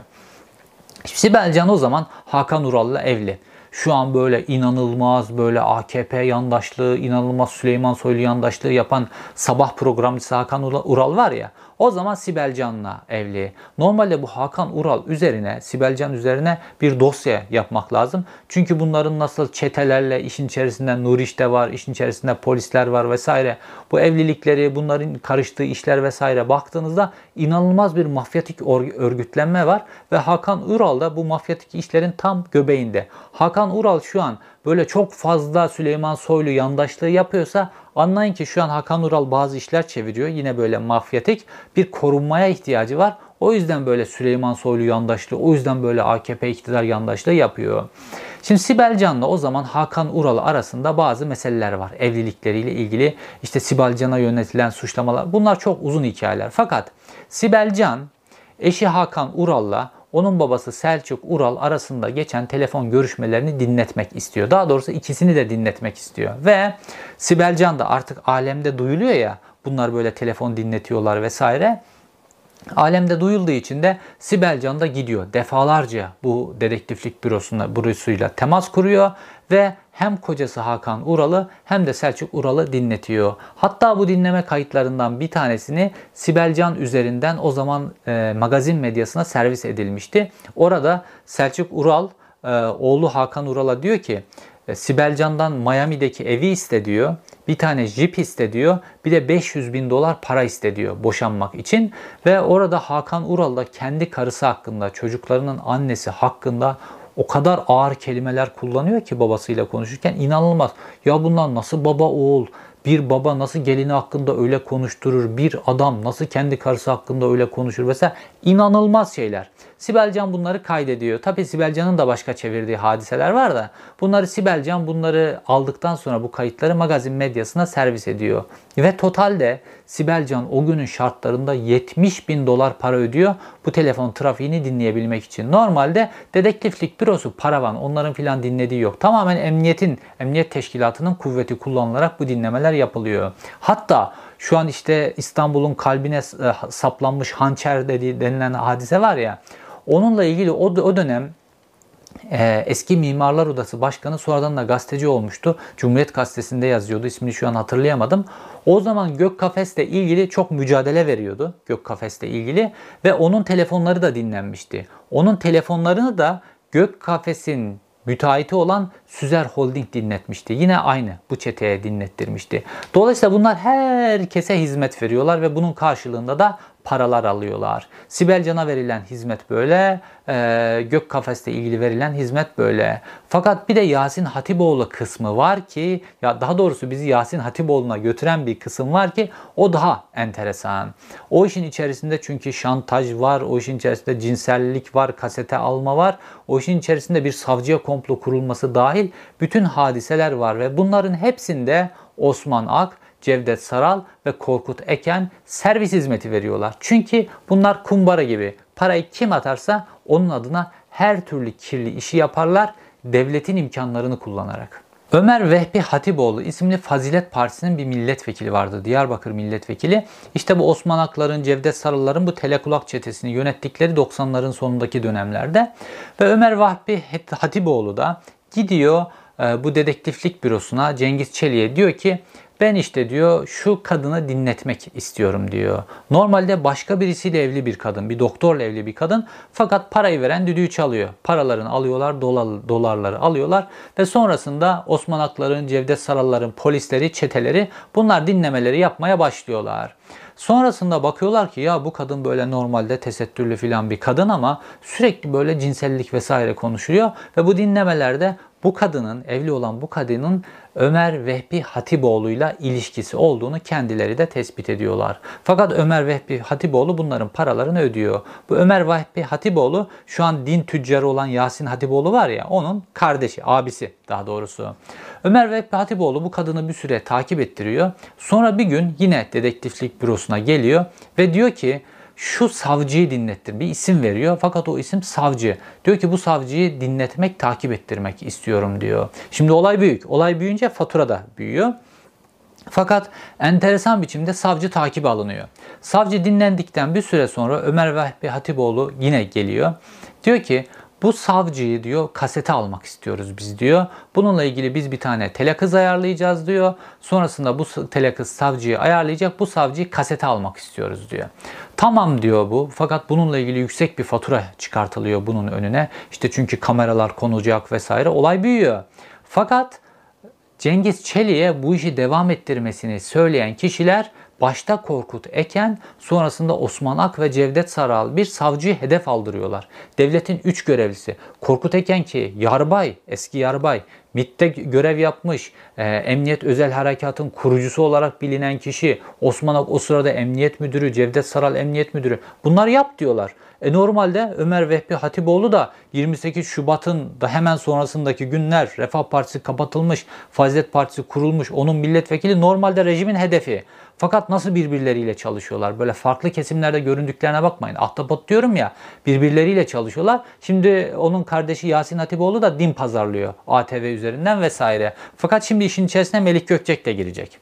A: Sibel Can o zaman Hakan Ural'la evli. Şu an böyle inanılmaz böyle A K P yandaşlığı, inanılmaz Süleyman Soylu yandaşlığı yapan sabah programcısı Hakan Ural var ya, o zaman Sibel Can'la evli. Normalde bu Hakan Ural üzerine, Sibel Can üzerine bir dosya yapmak lazım. Çünkü bunların nasıl çetelerle işin içerisinde Nuriş de var, işin içerisinde polisler var vesaire. Bu evlilikleri, bunların karıştığı işler vesaire baktığınızda inanılmaz bir mafyatik örgütlenme var. Ve Hakan Ural da bu mafyatik işlerin tam göbeğinde. Hakan Ural şu an böyle çok fazla Süleyman Soylu yandaşlığı yapıyorsa anlayın ki şu an Hakan Ural bazı işler çeviriyor. Yine böyle mafyatik bir korunmaya ihtiyacı var. O yüzden böyle Süleyman Soylu yandaşlığı, o yüzden böyle A K P iktidar yandaşlığı yapıyor. Şimdi Sibel Can'la o zaman Hakan Ural arasında bazı meseleler var. Evlilikleriyle ilgili işte Sibel Can'a yönetilen suçlamalar. Bunlar çok uzun hikayeler. Fakat Sibel Can eşi Hakan Ural'la onun babası Selçuk Ural arasında geçen telefon görüşmelerini dinletmek istiyor. Daha doğrusu ikisini de dinletmek istiyor. Ve Sibel Can da artık alemde duyuluyor ya, bunlar böyle telefon dinletiyorlar vesaire. Alemde duyulduğu için de Sibel Can da gidiyor. Defalarca bu dedektiflik bürosuna, bürosuyla temas kuruyor ve hem kocası Hakan Ural'ı hem de Selçuk Ural'ı dinletiyor. Hatta bu dinleme kayıtlarından bir tanesini Sibel Can üzerinden o zaman e, magazin medyasına servis edilmişti. Orada Selçuk Ural e, oğlu Hakan Ural'a diyor ki Sibel Can'dan Miami'deki evi iste diyor. Bir tane jip iste diyor. Bir de beş yüz bin dolar para iste diyor boşanmak için. Ve orada Hakan Ural da kendi karısı hakkında, çocuklarının annesi hakkında o kadar ağır kelimeler kullanıyor ki babasıyla konuşurken inanılmaz. Ya bunlar nasıl baba oğul? Bir baba nasıl gelini hakkında öyle konuşturur? Bir adam nasıl kendi karısı hakkında öyle konuşur? Mesela inanılmaz şeyler. Sibel Can bunları kaydediyor. Tabii Sibel Can'ın da başka çevirdiği hadiseler var da bunları Sibel Can bunları aldıktan sonra bu kayıtları magazin medyasına servis ediyor. Ve totalde Sibel Can o günün şartlarında yetmiş bin dolar para ödüyor bu telefon trafiğini dinleyebilmek için. Normalde dedektiflik bürosu paravan, onların filan dinlediği yok. Tamamen emniyetin, emniyet teşkilatının kuvveti kullanılarak bu dinlemeler yapılıyor. Hatta şu an işte İstanbul'un kalbine saplanmış hançer dediği denilen hadise var ya, onunla ilgili o, o dönem e, eski Mimarlar Odası Başkanı sonradan da gazeteci olmuştu. Cumhuriyet Gazetesi'nde yazıyordu. İsmini şu an hatırlayamadım. O zaman Gök Kafes'le ilgili çok mücadele veriyordu. Gök Kafes'le ilgili ve onun telefonları da dinlenmişti. Onun telefonlarını da Gök Kafes'in müteahhiti olan Süzer Holding dinletmişti. Yine aynı bu çeteye dinlettirmişti. Dolayısıyla bunlar herkese hizmet veriyorlar ve bunun karşılığında da paralar alıyorlar. Sibel Can'a verilen hizmet böyle, e, Gök Kafes'le ilgili verilen hizmet böyle. Fakat bir de Yasin Hatipoğlu kısmı var ki, ya daha doğrusu bizi Yasin Hatipoğlu'na götüren bir kısım var ki o daha enteresan. O işin içerisinde çünkü şantaj var, o işin içerisinde cinsellik var, kasete alma var, o işin içerisinde bir savcıya komplo kurulması dahil bütün hadiseler var ve bunların hepsinde Osman Ak, Cevdet Saral ve Korkut Eken servis hizmeti veriyorlar. Çünkü bunlar kumbara gibi. Parayı kim atarsa onun adına her türlü kirli işi yaparlar devletin imkanlarını kullanarak. Ömer Vehbi Hatipoğlu isimli Fazilet Partisi'nin bir milletvekili vardı. Diyarbakır milletvekili. İşte bu Osman Aklar'ın, Cevdet Saral'ların bu Telekulak çetesini yönettikleri doksanların sonundaki dönemlerde. Ve Ömer Vehbi Hatipoğlu da gidiyor bu dedektiflik bürosuna Cengiz Çelik'e diyor ki ben işte diyor şu kadını dinletmek istiyorum diyor. Normalde başka birisiyle evli bir kadın, bir doktorla evli bir kadın fakat parayı veren düdüğü çalıyor. Paralarını alıyorlar, dolar, dolarları alıyorlar ve sonrasında Osman Aklar'ın, Cevdet Saral'ların polisleri, çeteleri bunlar dinlemeleri yapmaya başlıyorlar. Sonrasında bakıyorlar ki ya bu kadın böyle normalde tesettürlü filan bir kadın ama sürekli böyle cinsellik vesaire konuşuyor ve bu dinlemelerde bu kadının, evli olan bu kadının Ömer Vehbi Hatipoğlu'yla ilişkisi olduğunu kendileri de tespit ediyorlar. Fakat Ömer Vehbi Hatipoğlu bunların paralarını ödüyor. Bu Ömer Vehbi Hatipoğlu şu an din tüccarı olan Yasin Hatipoğlu var ya onun kardeşi, abisi daha doğrusu. Ömer Vehbi Hatipoğlu bu kadını bir süre takip ettiriyor. Sonra bir gün yine dedektiflik bürosuna geliyor ve diyor ki şu savcıyı dinlettir. Bir isim veriyor fakat o isim savcı. Diyor ki bu savcıyı dinletmek, takip ettirmek istiyorum diyor. Şimdi olay büyük. Olay büyüyünce fatura da büyüyor. Fakat enteresan biçimde savcı takibe alınıyor. Savcı dinlendikten bir süre sonra Ömer Vehbi Hatipoğlu yine geliyor. Diyor ki bu savcıyı diyor kasete almak istiyoruz biz diyor. Bununla ilgili biz bir tane telekız ayarlayacağız diyor. Sonrasında bu telekız savcıyı ayarlayacak. Bu savcıyı kasete almak istiyoruz diyor. Tamam diyor bu. Fakat bununla ilgili yüksek bir fatura çıkartılıyor bunun önüne. İşte çünkü kameralar konulacak vesaire. Olay büyüyor. Fakat Cengiz Çelik'e bu işi devam ettirmesini söyleyen kişiler başta Korkut Eken, sonrasında Osman Ak ve Cevdet Saral bir savcıyı hedef aldırıyorlar. Devletin üç görevlisi. Korkut Eken ki yarbay, eski yarbay, M İ T'te görev yapmış, e, Emniyet Özel Harekat'ın kurucusu olarak bilinen kişi. Osman Ak o sırada emniyet müdürü, Cevdet Saral emniyet müdürü. Bunlar yap diyorlar. E normalde Ömer Vehbi Hatipoğlu da yirmi sekiz Şubat'ın da hemen sonrasındaki günler Refah Partisi kapatılmış, Fazilet Partisi kurulmuş, onun milletvekili normalde rejimin hedefi. Fakat nasıl birbirleriyle çalışıyorlar? Böyle farklı kesimlerde göründüklerine bakmayın. Ahtapot diyorum ya, birbirleriyle çalışıyorlar. Şimdi onun kardeşi Yasin Hatipoğlu da din pazarlıyor A T V üzerinden vesaire. Fakat şimdi işin içerisine Melik Gökçek de girecek.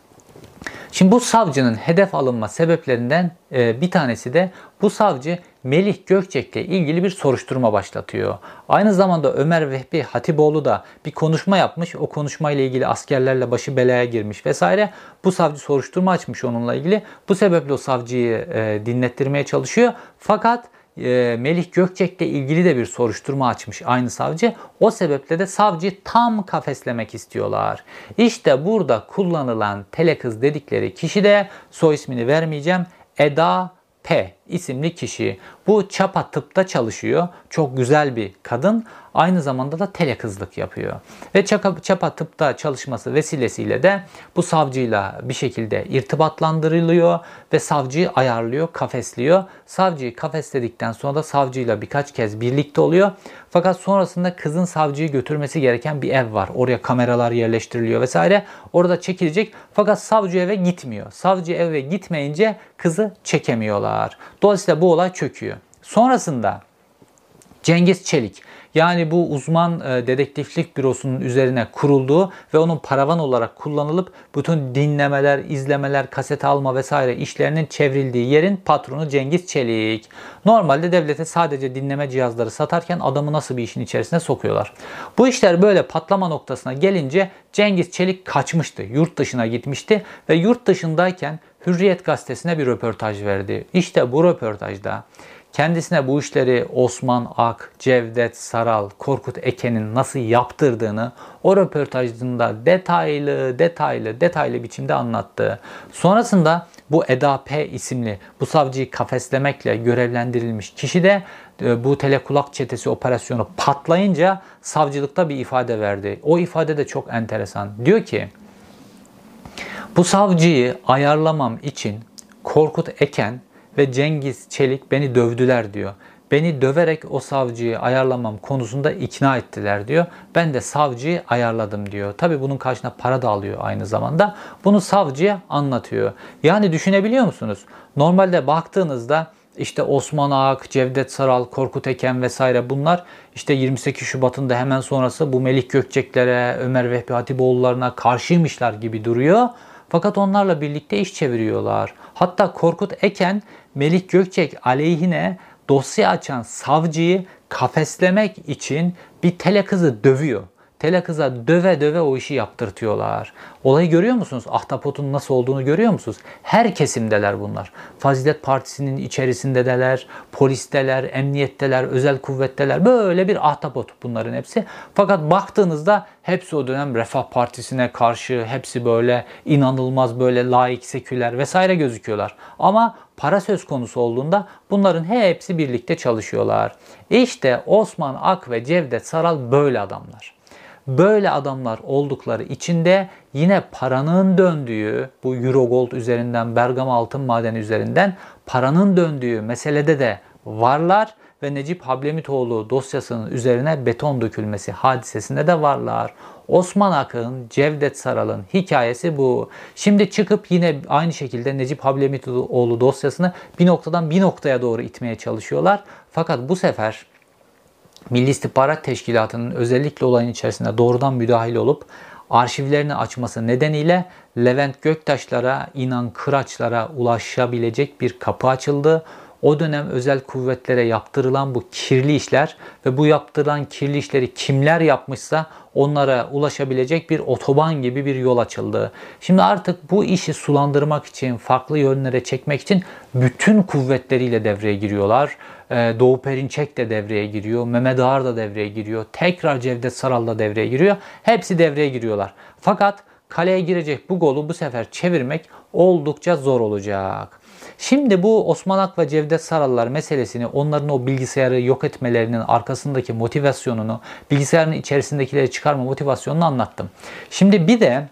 A: Şimdi bu savcının hedef alınma sebeplerinden bir tanesi de bu savcı Melih Gökçek'le ilgili bir soruşturma başlatıyor. Aynı zamanda Ömer Vehbi Hatipoğlu da bir konuşma yapmış. O konuşmayla ilgili askerlerle başı belaya girmiş vesaire. Bu savcı soruşturma açmış onunla ilgili. Bu sebeple o savcıyı e, dinlettirmeye çalışıyor. Fakat e, Melih Gökçek'le ilgili de bir soruşturma açmış aynı savcı. O sebeple de savcıyı tam kafeslemek istiyorlar. İşte burada kullanılan telekız dedikleri kişi de soy ismini vermeyeceğim. Eda P isimli kişi. Bu Çapa Tıp'ta çalışıyor. Çok güzel bir kadın. Aynı zamanda da telekızlık yapıyor. Ve Çapa, Çapa Tıp'ta çalışması vesilesiyle de bu savcıyla bir şekilde irtibatlandırılıyor ve savcıyı ayarlıyor, kafesliyor. Savcıyı kafesledikten sonra da savcıyla birkaç kez birlikte oluyor. Fakat sonrasında kızın savcıyı götürmesi gereken bir ev var. Oraya kameralar yerleştiriliyor vesaire. Orada çekilecek. Fakat savcı eve gitmiyor. Savcı eve gitmeyince kızı çekemiyorlar. Dolayısıyla bu olay çöküyor. Sonrasında Cengiz Çelik, yani bu uzman e, dedektiflik bürosunun üzerine kurulduğu ve onun paravan olarak kullanılıp bütün dinlemeler, izlemeler, kaset alma vesaire işlerinin çevrildiği yerin patronu Cengiz Çelik. Normalde devlete sadece dinleme cihazları satarken adamı nasıl bir işin içerisine sokuyorlar. Bu işler böyle patlama noktasına gelince Cengiz Çelik kaçmıştı. Yurt dışına gitmişti ve yurt dışındayken Hürriyet gazetesine bir röportaj verdi. İşte bu röportajda kendisine bu işleri Osman Ak, Cevdet Saral, Korkut Eken'in nasıl yaptırdığını o röportajında detaylı detaylı detaylı biçimde anlattı. Sonrasında bu Eda P isimli bu savcıyı kafeslemekle görevlendirilmiş kişi de bu telekulak çetesi operasyonu patlayınca savcılıkta bir ifade verdi. O ifade de çok enteresan. Diyor ki bu savcıyı ayarlamam için Korkut Eken ve Cengiz Çelik beni dövdüler diyor. Beni döverek o savcıyı ayarlamam konusunda ikna ettiler diyor. Ben de savcıyı ayarladım diyor. Tabii bunun karşına para da alıyor aynı zamanda. Bunu savcıya anlatıyor. Yani düşünebiliyor musunuz? Normalde baktığınızda işte Osman Ak, Cevdet Saral, Korkut Eken vesaire bunlar işte yirmi sekiz Şubat'ın da hemen sonrası bu Melik Gökçeklere, Ömer Vehbi Hatipoğullarına karşıymışlar gibi duruyor. Fakat onlarla birlikte iş çeviriyorlar. Hatta Korkut Eken, Melik Gökçek aleyhine dosya açan savcıyı kafeslemek için bir tele kızı dövüyor. Tele kıza döve döve o işi yaptırtıyorlar. Olayı görüyor musunuz? Ahtapotun nasıl olduğunu görüyor musunuz? Her kesimdeler bunlar. Fazilet Partisi'nin içerisindeler, polisteler, emniyetteler, özel kuvvetteler. Böyle bir ahtapot bunların hepsi. Fakat baktığınızda hepsi o dönem Refah Partisi'ne karşı, hepsi böyle inanılmaz böyle laik, seküler vesaire gözüküyorlar. Ama para söz konusu olduğunda bunların hepsi birlikte çalışıyorlar. İşte Osman Ak ve Cevdet Saral böyle adamlar. Böyle adamlar oldukları için de yine paranın döndüğü, bu Eurogold üzerinden, Bergama Altın Madeni üzerinden paranın döndüğü meselede de varlar ve Necip Hablemitoğlu dosyasının üzerine beton dökülmesi hadisesinde de varlar. Osman Akın, Cevdet Saral'ın hikayesi bu. Şimdi çıkıp yine aynı şekilde Necip Hablemitoğlu dosyasını bir noktadan bir noktaya doğru itmeye çalışıyorlar. Fakat bu sefer Milli İstihbarat Teşkilatı'nın özellikle olayın içerisinde doğrudan müdahil olup arşivlerini açması nedeniyle Levent Göktaşlara, İnan Kıraçlara ulaşabilecek bir kapı açıldı. O dönem özel kuvvetlere yaptırılan bu kirli işler ve bu yaptırılan kirli işleri kimler yapmışsa onlara ulaşabilecek bir otoban gibi bir yol açıldı. Şimdi artık bu işi sulandırmak için, farklı yönlere çekmek için bütün kuvvetleriyle devreye giriyorlar. Doğu Perinçek de devreye giriyor, Mehmet Ağar da devreye giriyor, tekrar Cevdet Saral da devreye giriyor. Hepsi devreye giriyorlar. Fakat kaleye girecek bu golü bu sefer çevirmek oldukça zor olacak. Şimdi bu Osman Ak ve Cevdet Sarallar meselesini, onların o bilgisayarı yok etmelerinin arkasındaki motivasyonunu, bilgisayarın içerisindekileri çıkarma motivasyonunu anlattım. Şimdi bir de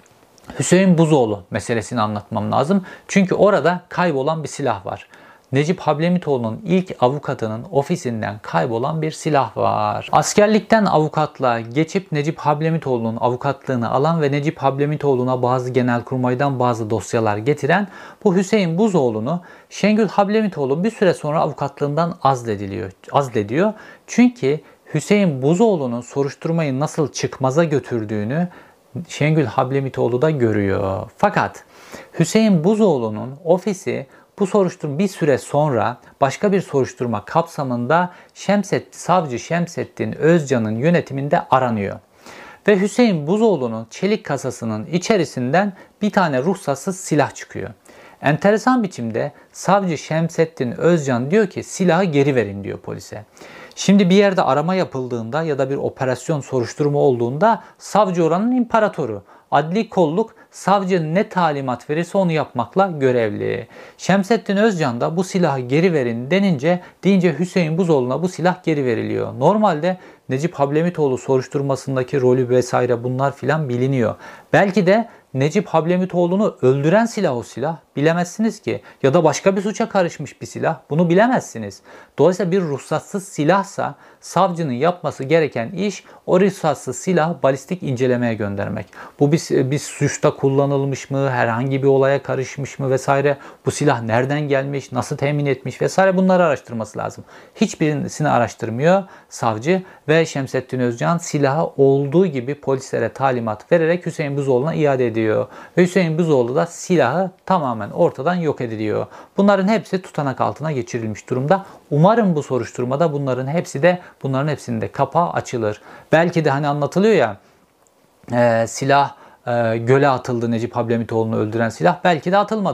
A: Hüseyin Buzoğlu meselesini anlatmam lazım. Çünkü orada kaybolan bir silah var. Necip Hablemitoğlu'nun ilk avukatının ofisinden kaybolan bir silah var. Askerlikten avukatlığa geçip Necip Hablemitoğlu'nun avukatlığını alan ve Necip Hablemitoğlu'na bazı genelkurmaydan bazı dosyalar getiren bu Hüseyin Buzoğlu'nu Şengül Hablemitoğlu bir süre sonra avukatlığından azlediliyor. azlediyor. Çünkü Hüseyin Buzoğlu'nun soruşturmayı nasıl çıkmaza götürdüğünü Şengül Hablemitoğlu da görüyor. Fakat Hüseyin Buzoğlu'nun ofisi bu soruşturma bir süre sonra başka bir soruşturma kapsamında Şemset, savcı Şemsettin Özcan'ın yönetiminde aranıyor. Ve Hüseyin Buzoğlu'nun çelik kasasının içerisinden bir tane ruhsatsız silah çıkıyor. Enteresan biçimde savcı Şemsettin Özcan diyor ki silahı geri verin diyor polise. Şimdi bir yerde arama yapıldığında ya da bir operasyon soruşturma olduğunda savcı oranın imparatoru. Adli kolluk savcı ne talimat verirse onu yapmakla görevli. Şemsettin Özcan da bu silahı geri verin denince deyince Hüseyin Buzoğlu'na bu silah geri veriliyor. Normalde Necip Hablemitoğlu soruşturmasındaki rolü vesaire bunlar filan biliniyor. Belki de Necip Hablemitoğlu'nu öldüren silah o silah. Bilemezsiniz ki. Ya da başka bir suça karışmış bir silah. Bunu bilemezsiniz. Dolayısıyla bir ruhsatsız silahsa savcının yapması gereken iş o ruhsatsız silahı balistik incelemeye göndermek. Bu bir, bir suçta kullanılmış mı? Herhangi bir olaya karışmış mı vesaire? Bu silah nereden gelmiş? Nasıl temin etmiş vesaire bunları araştırması lazım. Hiçbirisini araştırmıyor savcı ve Şemsettin Özcan silahı olduğu gibi polislere talimat vererek Hüseyin Buzoğlu'na iade ediyor. Ve Hüseyin Buzoğlu da silahı tamamen ortadan yok ediliyor. Bunların hepsi tutanak altına geçirilmiş durumda. Umarım bu soruşturmada bunların hepsi de bunların hepsinde kapağı açılır. Belki de hani anlatılıyor ya e, silah e, göle atıldı Necip Hablemitoğlu'nu öldüren silah. Belki de atılmadı.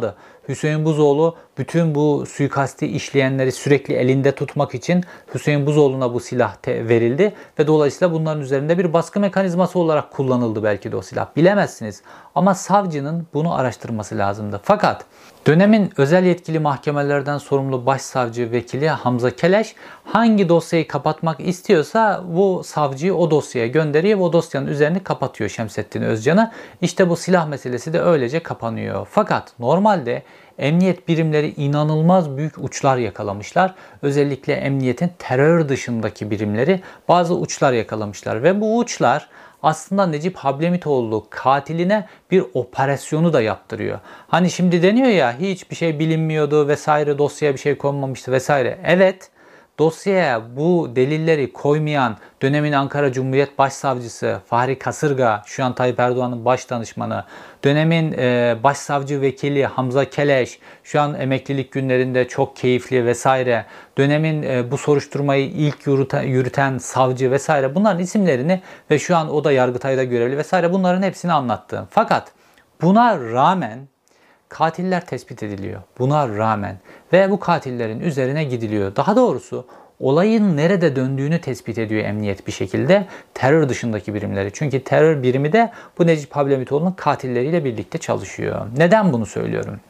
A: Hüseyin Buzoğlu bütün bu suikasti işleyenleri sürekli elinde tutmak için Hüseyin Buzoğlu'na bu silah verildi ve dolayısıyla bunların üzerinde bir baskı mekanizması olarak kullanıldı belki de o silah. Bilemezsiniz. Ama savcının bunu araştırması lazımdı. Fakat dönemin özel yetkili mahkemelerden sorumlu başsavcı vekili Hamza Keleş hangi dosyayı kapatmak istiyorsa bu savcıyı o dosyaya gönderiyor ve o dosyanın üzerini kapatıyor Şemsettin Özcan'a. İşte bu silah meselesi de öylece kapanıyor. Fakat normalde emniyet birimleri inanılmaz büyük uçlar yakalamışlar. Özellikle emniyetin terör dışındaki birimleri bazı uçlar yakalamışlar ve bu uçlar aslında Necip Hablemitoğlu katiline bir operasyonu da yaptırıyor. Hani şimdi deniyor ya hiçbir şey bilinmiyordu vesaire, dosyaya bir şey konmamıştı vesaire. Evet, dosyaya bu delilleri koymayan dönemin Ankara Cumhuriyet Başsavcısı Fahri Kasırga, şu an Tayyip Erdoğan'ın baş danışmanı, dönemin e, başsavcı vekili Hamza Keleş, şu an emeklilik günlerinde çok keyifli vesaire, dönemin e, bu soruşturmayı ilk yürüten, yürüten savcı vesaire, bunların isimlerini ve şu an o da Yargıtay'da görevli vesaire, bunların hepsini anlattım. Fakat buna rağmen katiller tespit ediliyor. Buna rağmen ve bu katillerin üzerine gidiliyor. Daha doğrusu olayın nerede döndüğünü tespit ediyor emniyet bir şekilde, terör dışındaki birimleri. Çünkü terör birimi de bu Necip Hablemitoğlu'nun katilleriyle birlikte çalışıyor. Neden bunu söylüyorum?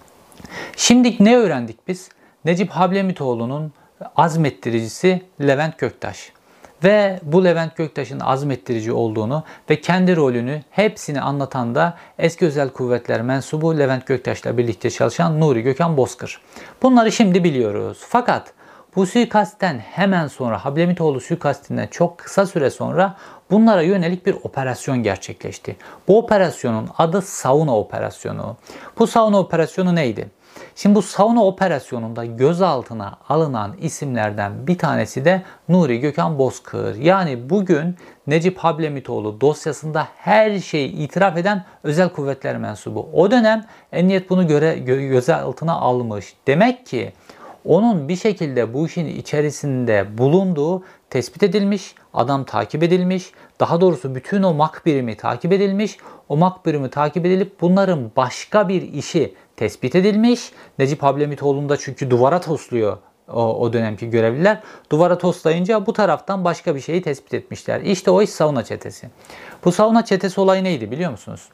A: Şimdi ne öğrendik biz? Necip Hablemitoğlu'nun azmettiricisi Levent Göktaş. Ve bu Levent Göktaş'ın azmettirici olduğunu ve kendi rolünü hepsini anlatan da eski özel kuvvetler mensubu Levent Göktaş'la birlikte çalışan Nuri Gökhan Bozkır. Bunları şimdi biliyoruz. Fakat bu suikastten hemen sonra, Hablemitoğlu suikastinden çok kısa süre sonra bunlara yönelik bir operasyon gerçekleşti. Bu operasyonun adı Sauna Operasyonu. Bu Sauna Operasyonu neydi? Şimdi bu sauna operasyonunda gözaltına alınan isimlerden bir tanesi de Nuri Gökhan Bozkır. Yani bugün Necip Hablemitoğlu dosyasında her şeyi itiraf eden özel kuvvetler mensubu. O dönem emniyet bunu göre, gö, gözaltına almış. Demek ki onun bir şekilde bu işin içerisinde bulunduğu tespit edilmiş, adam takip edilmiş, daha doğrusu bütün o MAK birimi takip edilmiş, o MAK birimi takip edilip bunların başka bir işi tespit edilmiş. Necip Hablemitoğlu'nda çünkü duvara tosluyor o, o dönemki görevliler. Duvara toslayınca bu taraftan başka bir şeyi tespit etmişler. İşte o iş sauna çetesi. Bu sauna çetesi olayı neydi biliyor musunuz?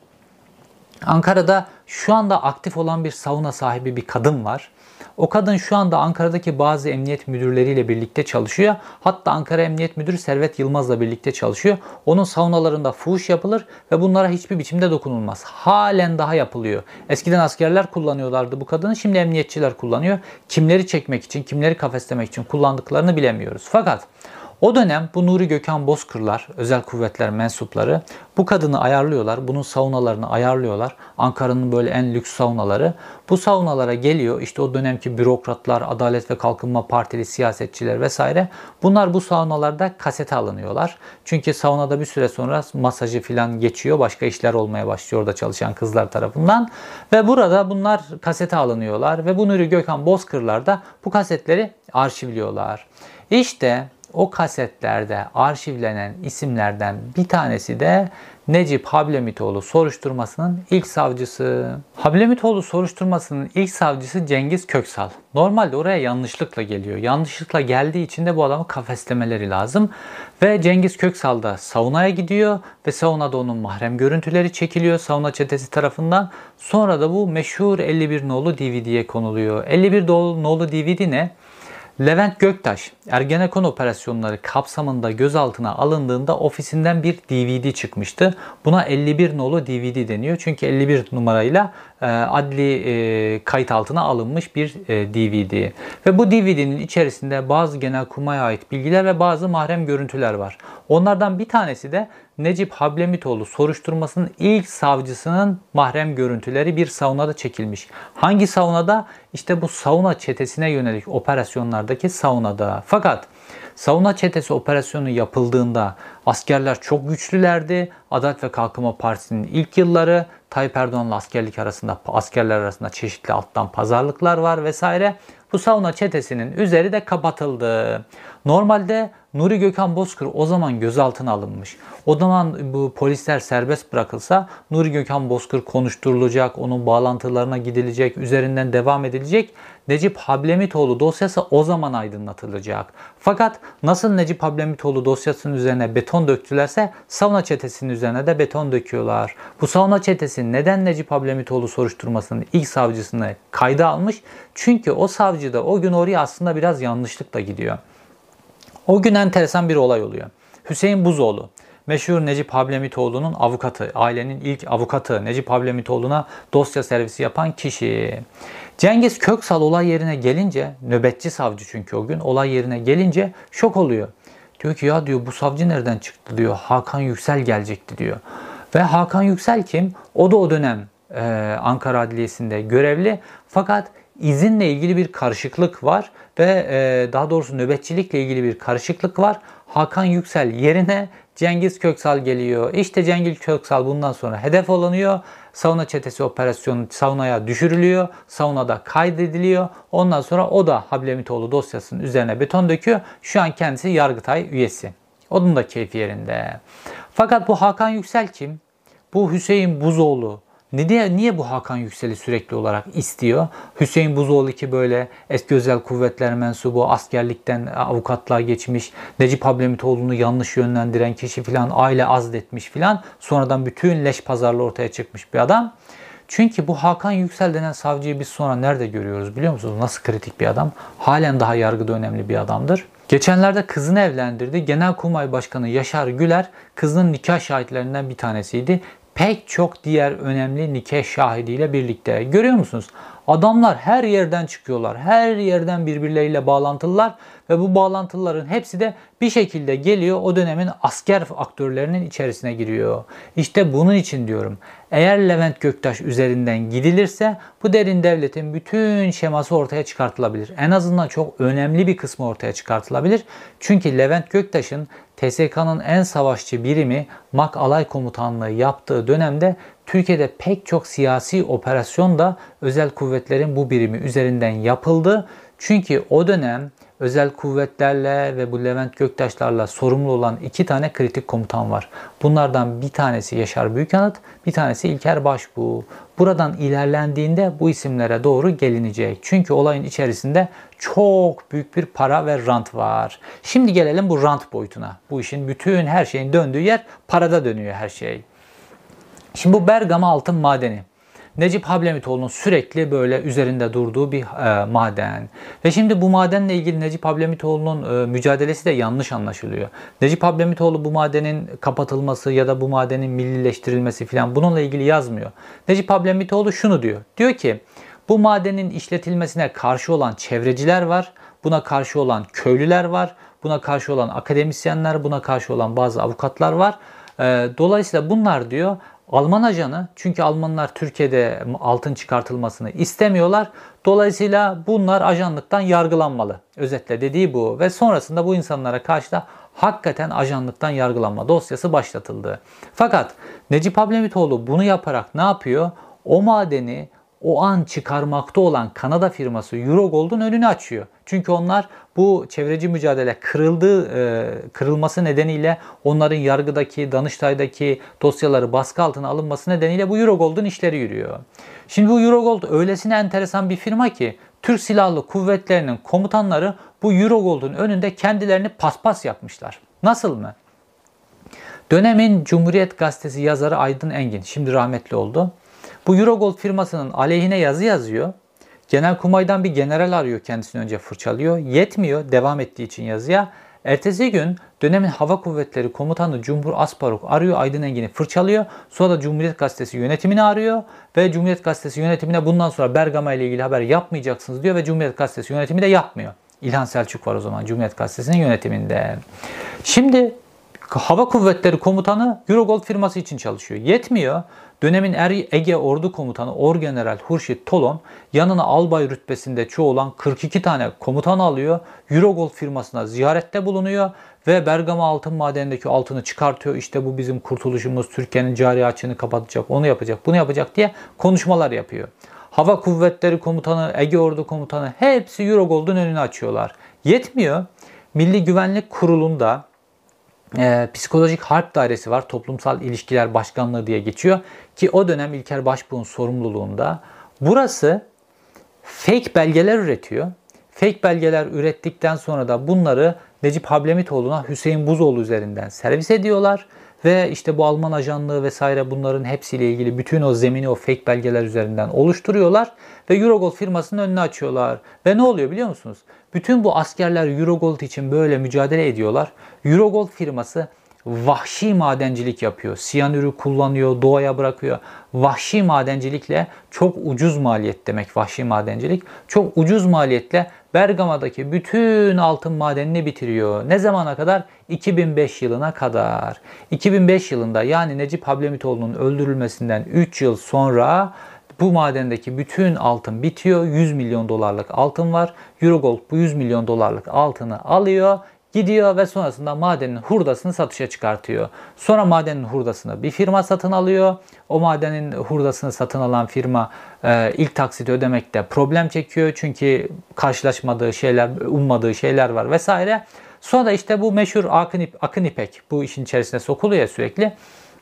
A: Ankara'da şu anda aktif olan bir sauna sahibi bir kadın var. O kadın şu anda Ankara'daki bazı emniyet müdürleriyle birlikte çalışıyor. Hatta Ankara Emniyet Müdürü Servet Yılmaz'la birlikte çalışıyor. Onun saunalarında fuhuş yapılır ve bunlara hiçbir biçimde dokunulmaz. Halen daha yapılıyor. Eskiden askerler kullanıyorlardı bu kadını, şimdi emniyetçiler kullanıyor. Kimleri çekmek için, kimleri kafeslemek için kullandıklarını bilemiyoruz. Fakat o dönem bu Nuri Gökhan Bozkırlar, özel kuvvetler mensupları bu kadını ayarlıyorlar. Bunun saunalarını ayarlıyorlar. Ankara'nın böyle en lüks saunaları. Bu saunalara geliyor işte o dönemki bürokratlar, Adalet ve Kalkınma Partili siyasetçiler vesaire. Bunlar bu saunalarda kasete alınıyorlar. Çünkü saunada bir süre sonra masajı falan geçiyor. Başka işler olmaya başlıyor orada çalışan kızlar tarafından. Ve burada bunlar kasete alınıyorlar. Ve bu Nuri Gökhan Bozkırlar da bu kasetleri arşivliyorlar. İşte o kasetlerde arşivlenen isimlerden bir tanesi de Necip Hablemitoğlu soruşturmasının ilk savcısı. Hablemitoğlu soruşturmasının ilk savcısı Cengiz Köksal. Normalde oraya yanlışlıkla geliyor. Yanlışlıkla geldiği için de bu adamı kafeslemeleri lazım. Ve Cengiz Köksal da saunaya gidiyor ve saunada onun mahrem görüntüleri çekiliyor sauna çetesi tarafından. Sonra da bu meşhur elli bir nolu D V D'ye konuluyor. elli bir nolu D V D ne? Levent Göktaş, Ergenekon operasyonları kapsamında gözaltına alındığında ofisinden bir D V D çıkmıştı. Buna elli bir nolu D V D deniyor. Çünkü elli bir numarayla e, adli e, kayıt altına alınmış bir e, D V D. Ve bu D V D'nin içerisinde bazı Genelkurmay'a ait bilgiler ve bazı mahrem görüntüler var. Onlardan bir tanesi de Necip Hablemitoğlu soruşturmasının ilk savcısının mahrem görüntüleri bir saunada çekilmiş. Hangi saunada? İşte bu sauna çetesine yönelik operasyonlardaki saunada. Fakat sauna çetesi operasyonu yapıldığında askerler çok güçlülerdi. Adalet ve Kalkınma Partisi'nin ilk yılları, Tayyip Erdoğan'la askerlik arasında, askerler arasında çeşitli alttan pazarlıklar var vesaire. Bu sauna çetesinin üzeri de kapatıldı. Normalde Nuri Gökhan Bozkır o zaman gözaltına alınmış. O zaman bu polisler serbest bırakılsa Nuri Gökhan Bozkır konuşturulacak, onun bağlantılarına gidilecek, üzerinden devam edilecek. Necip Hablemitoğlu dosyası o zaman aydınlatılacak. Fakat nasıl Necip Hablemitoğlu dosyasının üzerine beton döktülerse Savunma çetesinin üzerine de beton döküyorlar. Bu Savunma çetesi neden Necip Hablemitoğlu soruşturmasının ilk savcısını kayda almış? Çünkü o savcı da o gün oraya aslında biraz yanlışlıkla gidiyor. O gün enteresan bir olay oluyor. Hüseyin Buzoğlu, meşhur Necip Hablemitoğlu'nun avukatı, ailenin ilk avukatı, Necip Hablemitoğlu'na dosya servisi yapan kişi. Cengiz Köksal olay yerine gelince, nöbetçi savcı çünkü o gün, olay yerine gelince şok oluyor. Diyor ki ya diyor bu savcı nereden çıktı diyor, Hakan Yüksel gelecekti diyor. Ve Hakan Yüksel kim? O da o dönem e, Ankara Adliyesi'nde görevli fakat izinle ilgili bir karışıklık var ve e, daha doğrusu nöbetçilikle ilgili bir karışıklık var. Hakan Yüksel yerine Cengiz Köksal geliyor. İşte Cengiz Köksal bundan sonra hedef alınıyor. Savunma çetesi operasyonu Savuna'ya düşürülüyor. Savuna'da kaydediliyor. Ondan sonra o da Hablemitoğlu dosyasının üzerine beton döküyor. Şu an kendisi Yargıtay üyesi. Onun da keyfi yerinde. Fakat bu Hakan Yüksel kim? Bu Hüseyin Buzoğlu. Niye, niye bu Hakan Yüksel'i sürekli olarak istiyor? Hüseyin Buzoğlu ki böyle eski özel kuvvetler mensubu, askerlikten avukatlığa geçmiş, Necip Hablemitoğlu'nu yanlış yönlendiren kişi filan, aile azletmiş filan. Sonradan bütün leş pazarlığı ortaya çıkmış bir adam. Çünkü bu Hakan Yüksel denen savcıyı biz sonra nerede görüyoruz biliyor musunuz? Nasıl kritik bir adam? Halen daha yargıda önemli bir adamdır. Geçenlerde kızını evlendirdi. Genelkurmay Başkanı Yaşar Güler kızının nikah şahitlerinden bir tanesiydi. Pek çok diğer önemli nikah şahidiyle birlikte. Görüyor musunuz? Adamlar her yerden çıkıyorlar. Her yerden birbirleriyle bağlantılılar ve bu bağlantıların hepsi de bir şekilde geliyor o dönemin asker aktörlerinin içerisine giriyor. İşte bunun için diyorum. Eğer Levent Göktaş üzerinden gidilirse bu derin devletin bütün şeması ortaya çıkartılabilir. En azından çok önemli bir kısmı ortaya çıkartılabilir. Çünkü Levent Göktaş'ın T S K'nın en savaşçı birimi MAK Alay Komutanlığı yaptığı dönemde Türkiye'de pek çok siyasi operasyon da özel kuvvetlerin bu birimi üzerinden yapıldı. Çünkü o dönem özel kuvvetlerle ve bu Levent Göktaşlarla sorumlu olan iki tane kritik komutan var. Bunlardan bir tanesi Yaşar Büyükanıt, bir tanesi İlker Başbuğ. Buradan ilerlendiğinde bu isimlere doğru gelinecek. Çünkü olayın içerisinde çok büyük bir para ve rant var. Şimdi gelelim bu rant boyutuna. Bu işin bütün her şeyin döndüğü yer parada dönüyor her şey. Şimdi bu Bergama altın madeni. Necip Hablemitoğlu'nun sürekli böyle üzerinde durduğu bir e, maden. Ve şimdi bu madenle ilgili Necip Hablemitoğlu'nun e, mücadelesi de yanlış anlaşılıyor. Necip Hablemitoğlu bu madenin kapatılması ya da bu madenin millileştirilmesi falan bununla ilgili yazmıyor. Necip Hablemitoğlu şunu diyor. Diyor ki bu madenin işletilmesine karşı olan çevreciler var. Buna karşı olan köylüler var. Buna karşı olan akademisyenler, buna karşı olan bazı avukatlar var. E, dolayısıyla bunlar diyor Alman ajanı, çünkü Almanlar Türkiye'de altın çıkartılmasını istemiyorlar. Dolayısıyla bunlar ajanlıktan yargılanmalı. Özetle dediği bu. Ve sonrasında bu insanlara karşı da hakikaten ajanlıktan yargılanma dosyası başlatıldı. Fakat Necip Hablemitoğlu bunu yaparak ne yapıyor? O madeni o an çıkarmakta olan Kanada firması Eurogold'un önünü açıyor. Çünkü onlar bu çevreci mücadele kırıldığı, e, kırılması nedeniyle onların yargıdaki, Danıştay'daki dosyaları baskı altına alınması nedeniyle bu Eurogold'un işleri yürüyor. Şimdi bu Eurogold öylesine enteresan bir firma ki Türk Silahlı Kuvvetleri'nin komutanları bu Eurogold'un önünde kendilerini paspas yapmışlar. Nasıl mı? Dönemin Cumhuriyet Gazetesi yazarı Aydın Engin, şimdi rahmetli oldu. Bu Eurogold firmasının aleyhine yazı yazıyor. Genelkurmay'dan bir general arıyor, kendisini önce fırçalıyor. Yetmiyor devam ettiği için yazıya. Ertesi gün dönemin Hava Kuvvetleri Komutanı Cumhur Asparuk arıyor, Aydın Engin'i fırçalıyor. Sonra da Cumhuriyet Gazetesi yönetimini arıyor ve Cumhuriyet Gazetesi yönetimine bundan sonra Bergama ile ilgili haber yapmayacaksınız diyor ve Cumhuriyet Gazetesi yönetimi de yapmıyor. İlhan Selçuk var o zaman Cumhuriyet Gazetesi'nin yönetiminde. Şimdi Hava Kuvvetleri Komutanı Eurogold firması için çalışıyor. Yetmiyor. Dönemin Ege Ordu Komutanı Orgeneral Hurşit Tolon yanına albay rütbesinde çoğu olan kırk iki tane komutan alıyor. Eurogold firmasına ziyarette bulunuyor ve Bergama altın madenindeki altını çıkartıyor. İşte bu bizim kurtuluşumuz, Türkiye'nin cari açığını kapatacak, onu yapacak, bunu yapacak diye konuşmalar yapıyor. Hava Kuvvetleri Komutanı, Ege Ordu Komutanı hepsi Eurogold'un önünü açıyorlar. Yetmiyor. Milli Güvenlik Kurulu'nda e, Psikolojik Harp Dairesi var. Toplumsal İlişkiler Başkanlığı diye geçiyor. Ki o dönem İlker Başbuğ'un sorumluluğunda. Burası fake belgeler üretiyor. Fake belgeler ürettikten sonra da bunları Necip Hablemitoğlu'na Hüseyin Buzoğlu üzerinden servis ediyorlar. Ve işte bu Alman ajanlığı vesaire bunların hepsiyle ilgili bütün o zemini o fake belgeler üzerinden oluşturuyorlar. Ve Eurogold firmasının önüne açıyorlar. Ve ne oluyor biliyor musunuz? Bütün bu askerler Eurogold için böyle mücadele ediyorlar. Eurogold firması vahşi madencilik yapıyor. Siyanürü kullanıyor, doğaya bırakıyor. Vahşi madencilikle çok ucuz maliyet demek vahşi madencilik. Çok ucuz maliyetle Bergama'daki bütün altın madenini bitiriyor. Ne zamana kadar? iki bin beş yılına kadar. iki bin beş yılında yani Necip Hablemitoğlu'nun öldürülmesinden üç yıl sonra bu madendeki bütün altın bitiyor. yüz milyon dolarlık altın var. Eurogold bu yüz milyon dolarlık altını alıyor. Gidiyor ve sonrasında madenin hurdasını satışa çıkartıyor. Sonra madenin hurdasını bir firma satın alıyor. O madenin hurdasını satın alan firma e, ilk taksiti ödemekte problem çekiyor. Çünkü karşılaşmadığı şeyler, ummadığı şeyler var vesaire. Sonra da işte bu meşhur Akın, Akın İpek bu işin içerisine sokuluyor sürekli.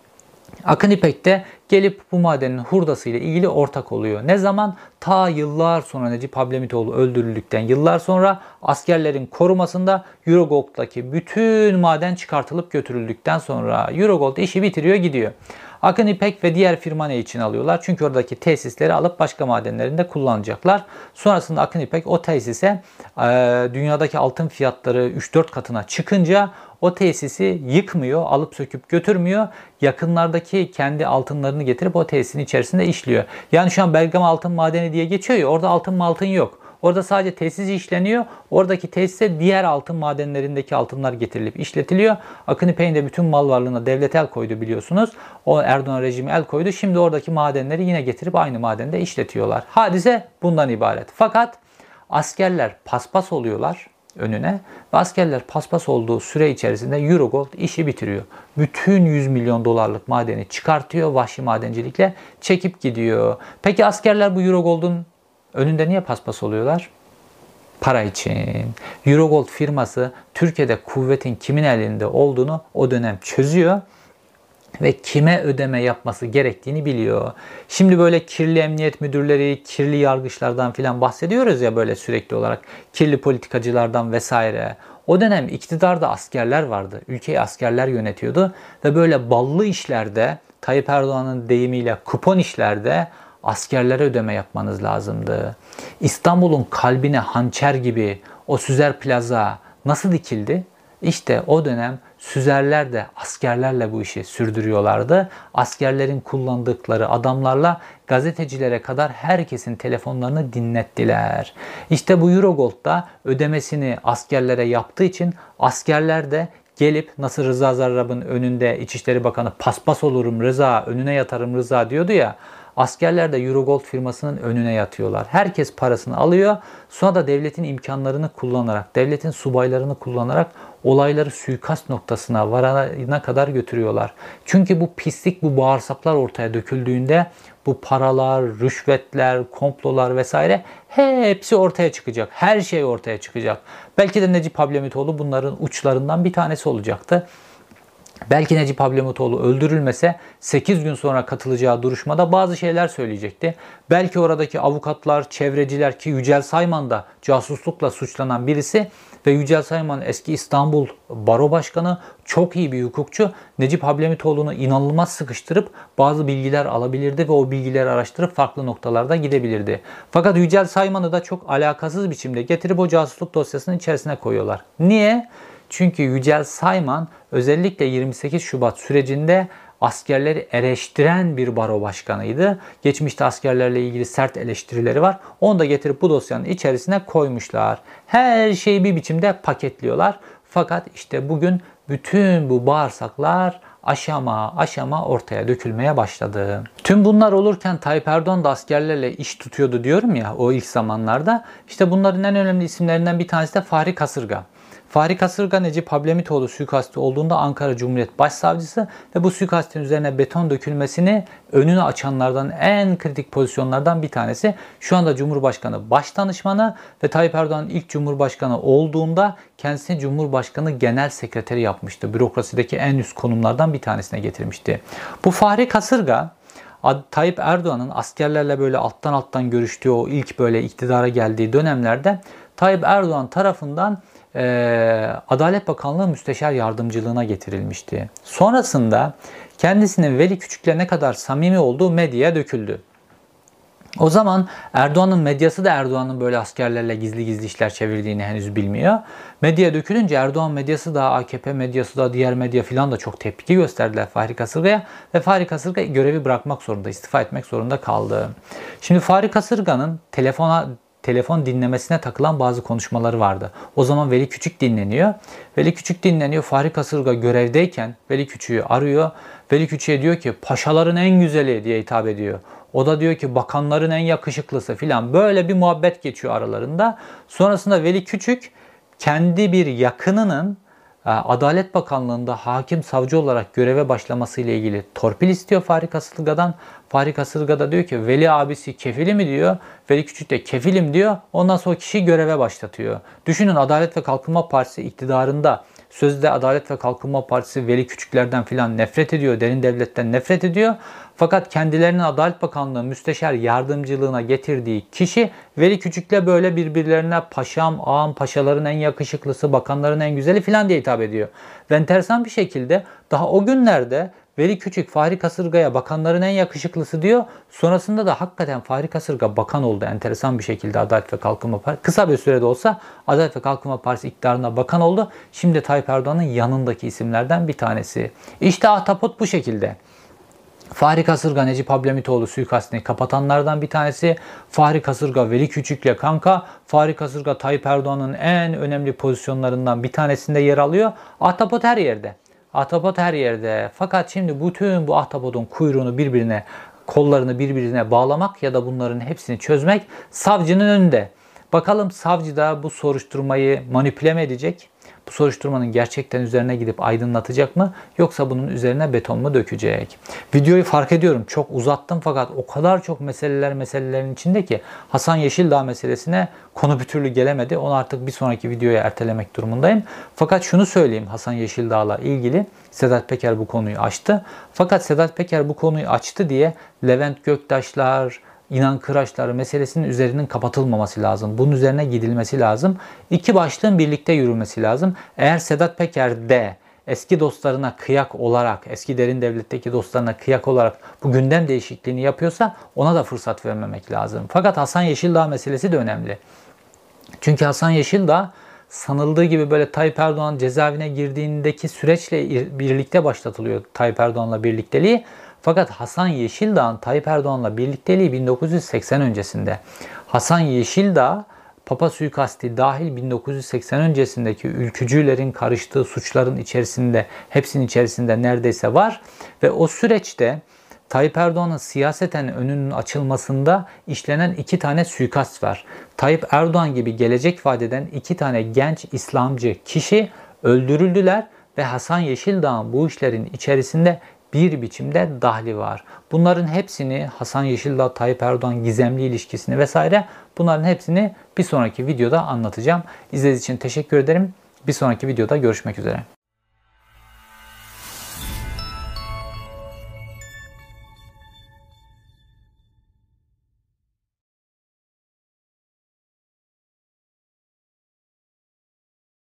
A: Akın İpek de gelip bu madenin hurdası ile ilgili ortak oluyor. Ne zaman? Ta yıllar sonra Necip Hablemitoğlu öldürüldükten yıllar sonra askerlerin korumasında Eurogold'daki bütün maden çıkartılıp götürüldükten sonra Eurogold işi bitiriyor gidiyor. Akın İpek ve diğer firma ne için alıyorlar? Çünkü oradaki tesisleri alıp başka madenlerinde kullanacaklar. Sonrasında Akın İpek o tesise e, dünyadaki altın fiyatları üç dört katına çıkınca o tesisi yıkmıyor, alıp söküp götürmüyor. Yakınlardaki kendi altınlarını getirip o tesisin içerisinde işliyor. Yani şu an Bergama Altın Madeni diye geçiyor ya, orada altın altın yok. Orada sadece tesis işleniyor. Oradaki tesise diğer altın madenlerindeki altınlar getirilip işletiliyor. Akın İpek'in de bütün mal varlığına devlet el koydu biliyorsunuz. O Erdoğan rejimi el koydu. Şimdi oradaki madenleri yine getirip aynı madende işletiyorlar. Hadise bundan ibaret. Fakat askerler paspas oluyorlar önüne ve askerler paspas olduğu süre içerisinde Eurogold işi bitiriyor. Bütün yüz milyon dolarlık madeni çıkartıyor, vahşi madencilikle çekip gidiyor. Peki askerler bu Eurogold'un önünde niye paspas oluyorlar? Para için. Eurogold firması Türkiye'de kuvvetin kimin elinde olduğunu o dönem çözüyor ve kime ödeme yapması gerektiğini biliyor. Şimdi böyle kirli emniyet müdürleri, kirli yargıçlardan filan bahsediyoruz ya böyle sürekli olarak. Kirli politikacılardan vesaire. O dönem iktidarda askerler vardı. Ülkeyi askerler yönetiyordu ve böyle ballı işlerde, Tayyip Erdoğan'ın deyimiyle kupon işlerde askerlere ödeme yapmanız lazımdı. İstanbul'un kalbine hançer gibi o Süzer Plaza nasıl dikildi? İşte o dönem Süzerler de askerlerle bu işi sürdürüyorlardı. Askerlerin kullandıkları adamlarla gazetecilere kadar herkesin telefonlarını dinlettiler. İşte bu Eurogold da ödemesini askerlere yaptığı için askerler de gelip nasıl Rıza Zarrab'ın önünde İçişleri Bakanı paspas olurum Rıza, önüne yatarım Rıza diyordu ya. Askerler de Eurogold firmasının önüne yatıyorlar. Herkes parasını alıyor. Sonra da devletin imkanlarını kullanarak, devletin subaylarını kullanarak olayları suikast noktasına varana kadar götürüyorlar. Çünkü bu pislik, bu bağırsaklar ortaya döküldüğünde bu paralar, rüşvetler, komplolar vesaire hepsi ortaya çıkacak. Her şey ortaya çıkacak. Belki de Necip Hablemitoğlu bunların uçlarından bir tanesi olacaktı. Belki Necip Hablemitoğlu öldürülmese sekiz gün sonra katılacağı duruşmada bazı şeyler söyleyecekti. Belki oradaki avukatlar, çevreciler ki Yücel Sayman da casuslukla suçlanan birisi ve Yücel Sayman eski İstanbul Baro Başkanı, çok iyi bir hukukçu. Necip Hablemitoğlu'nu inanılmaz sıkıştırıp bazı bilgiler alabilirdi ve o bilgileri araştırıp farklı noktalarda gidebilirdi. Fakat Yücel Sayman'ı da çok alakasız biçimde getirip o casusluk dosyasının içerisine koyuyorlar. Niye? Çünkü Yücel Sayman özellikle yirmi sekiz Şubat sürecinde askerleri eleştiren bir baro başkanıydı. Geçmişte askerlerle ilgili sert eleştirileri var. Onu da getirip bu dosyanın içerisine koymuşlar. Her şeyi bir biçimde paketliyorlar. Fakat işte bugün bütün bu bağırsaklar aşama aşama ortaya dökülmeye başladı. Tüm bunlar olurken Tayyip Erdoğan da askerlerle iş tutuyordu diyorum ya o ilk zamanlarda. İşte bunların en önemli isimlerinden bir tanesi de Fahri Kasırga. Fahri Kasırga Necip Hablemitoğlu suikastı olduğunda Ankara Cumhuriyet Başsavcısı ve bu suikastin üzerine beton dökülmesini önünü açanlardan, en kritik pozisyonlardan bir tanesi. Şu anda Cumhurbaşkanı Başdanışmanı ve Tayyip Erdoğan ilk Cumhurbaşkanı olduğunda kendisini Cumhurbaşkanı Genel Sekreteri yapmıştı. Bürokrasideki en üst konumlardan bir tanesine getirmişti. Bu Fahri Kasırga Tayyip Erdoğan'ın askerlerle böyle alttan alttan görüştüğü, o ilk böyle iktidara geldiği dönemlerde Tayyip Erdoğan tarafından e, Adalet Bakanlığı Müsteşar Yardımcılığına getirilmişti. Sonrasında kendisinin Veli Küçük'le ne kadar samimi olduğu medyaya döküldü. O zaman Erdoğan'ın medyası da Erdoğan'ın böyle askerlerle gizli gizli işler çevirdiğini henüz bilmiyor. Medyaya dökülünce Erdoğan medyası da, A K P medyası da, diğer medya filan da çok tepki gösterdiler Fahri Kasırga'ya ve Fahri Kasırga görevi bırakmak zorunda, istifa etmek zorunda kaldı. Şimdi Fahri Kasırga'nın telefona telefon dinlemesine takılan bazı konuşmaları vardı. O zaman Veli Küçük dinleniyor. Veli Küçük dinleniyor. Fahri Kasırga görevdeyken Veli Küçük'ü arıyor. Veli Küçük'e diyor ki paşaların en güzeli diye hitap ediyor. O da diyor ki bakanların en yakışıklısı filan. Böyle bir muhabbet geçiyor aralarında. Sonrasında Veli Küçük kendi bir yakınının Adalet Bakanlığı'nda hakim savcı olarak göreve başlaması ile ilgili torpil istiyor Fahri Kasırga'dan. Fahri Kasırga da diyor ki Veli abisi kefili mi diyor. Veli Küçük de kefilim diyor. Ondan sonra kişiyi göreve başlatıyor. Düşünün, Adalet ve Kalkınma Partisi iktidarında, sözde Adalet ve Kalkınma Partisi Veli Küçüklerden filan nefret ediyor. Derin devletten nefret ediyor. Fakat kendilerinin Adalet Bakanlığı Müsteşar Yardımcılığına getirdiği kişi Veli Küçük'le böyle birbirlerine paşam, ağam, paşaların en yakışıklısı, bakanların en güzeli filan diye hitap ediyor. Ve enteresan bir şekilde daha o günlerde Veli Küçük Fahri Kasırga'ya bakanların en yakışıklısı diyor. Sonrasında da hakikaten Fahri Kasırga bakan oldu enteresan bir şekilde Adalet ve Kalkınma Partisi. Kısa bir sürede olsa Adalet ve Kalkınma Partisi iktidarına bakan oldu. Şimdi Tayyip Erdoğan'ın yanındaki isimlerden bir tanesi. İşte ahtapot bu şekilde. Fahri Kasırga Necip Hablemitoğlu suikastini kapatanlardan bir tanesi. Fahri Kasırga Veli Küçük'le kanka. Fahri Kasırga Tayyip Erdoğan'ın en önemli pozisyonlarından bir tanesinde yer alıyor. Ahtapot her yerde. Ahtapot her yerde. Fakat şimdi bütün bu ahtapotun kuyruğunu birbirine, kollarını birbirine bağlamak ya da bunların hepsini çözmek savcının önünde. Bakalım savcı da bu soruşturmayı manipüle mi edecek? Bu soruşturmanın gerçekten üzerine gidip aydınlatacak mı? Yoksa bunun üzerine beton mu dökecek? Videoyu fark ediyorum, çok uzattım fakat o kadar çok meseleler meselelerin içinde ki Hasan Yeşildağ meselesine konu bir türlü gelemedi. Onu artık bir sonraki videoya ertelemek durumundayım. Fakat şunu söyleyeyim, Hasan Yeşildağ'la ilgili Sedat Peker bu konuyu açtı. Fakat Sedat Peker bu konuyu açtı diye Levent Göktaşlar, İnan Kıraçlar meselesinin üzerinin kapatılmaması lazım. Bunun üzerine gidilmesi lazım. İki başlığın birlikte yürümesi lazım. Eğer Sedat Peker de eski dostlarına kıyak olarak, eski derin devletteki dostlarına kıyak olarak bu gündem değişikliğini yapıyorsa ona da fırsat vermemek lazım. Fakat Hasan Yeşildağ meselesi de önemli. Çünkü Hasan Yeşildağ sanıldığı gibi böyle Tayyip Erdoğan cezaevine girdiğindeki süreçle birlikte başlatılıyor, Tayyip Erdoğan'la birlikteliği. Fakat Hasan Yeşildağ'ın Tayyip Erdoğan'la birlikteliği bin dokuz yüz seksen öncesinde. Hasan Yeşildağ, Papa suikasti dahil bin dokuz yüz seksen öncesindeki ülkücülerin karıştığı suçların içerisinde, hepsinin içerisinde neredeyse var. Ve o süreçte Tayyip Erdoğan'ın siyaseten önünün açılmasında işlenen iki tane suikast var. Tayyip Erdoğan gibi gelecek vadeden iki tane genç İslamcı kişi öldürüldüler ve Hasan Yeşildağ'ın bu işlerin içerisinde bir biçimde dahli var. Bunların hepsini, Hasan Yeşildağ, Tayyip Erdoğan gizemli ilişkisini vesaire, bunların hepsini bir sonraki videoda anlatacağım. İzlediğiniz için teşekkür ederim. Bir sonraki videoda görüşmek üzere.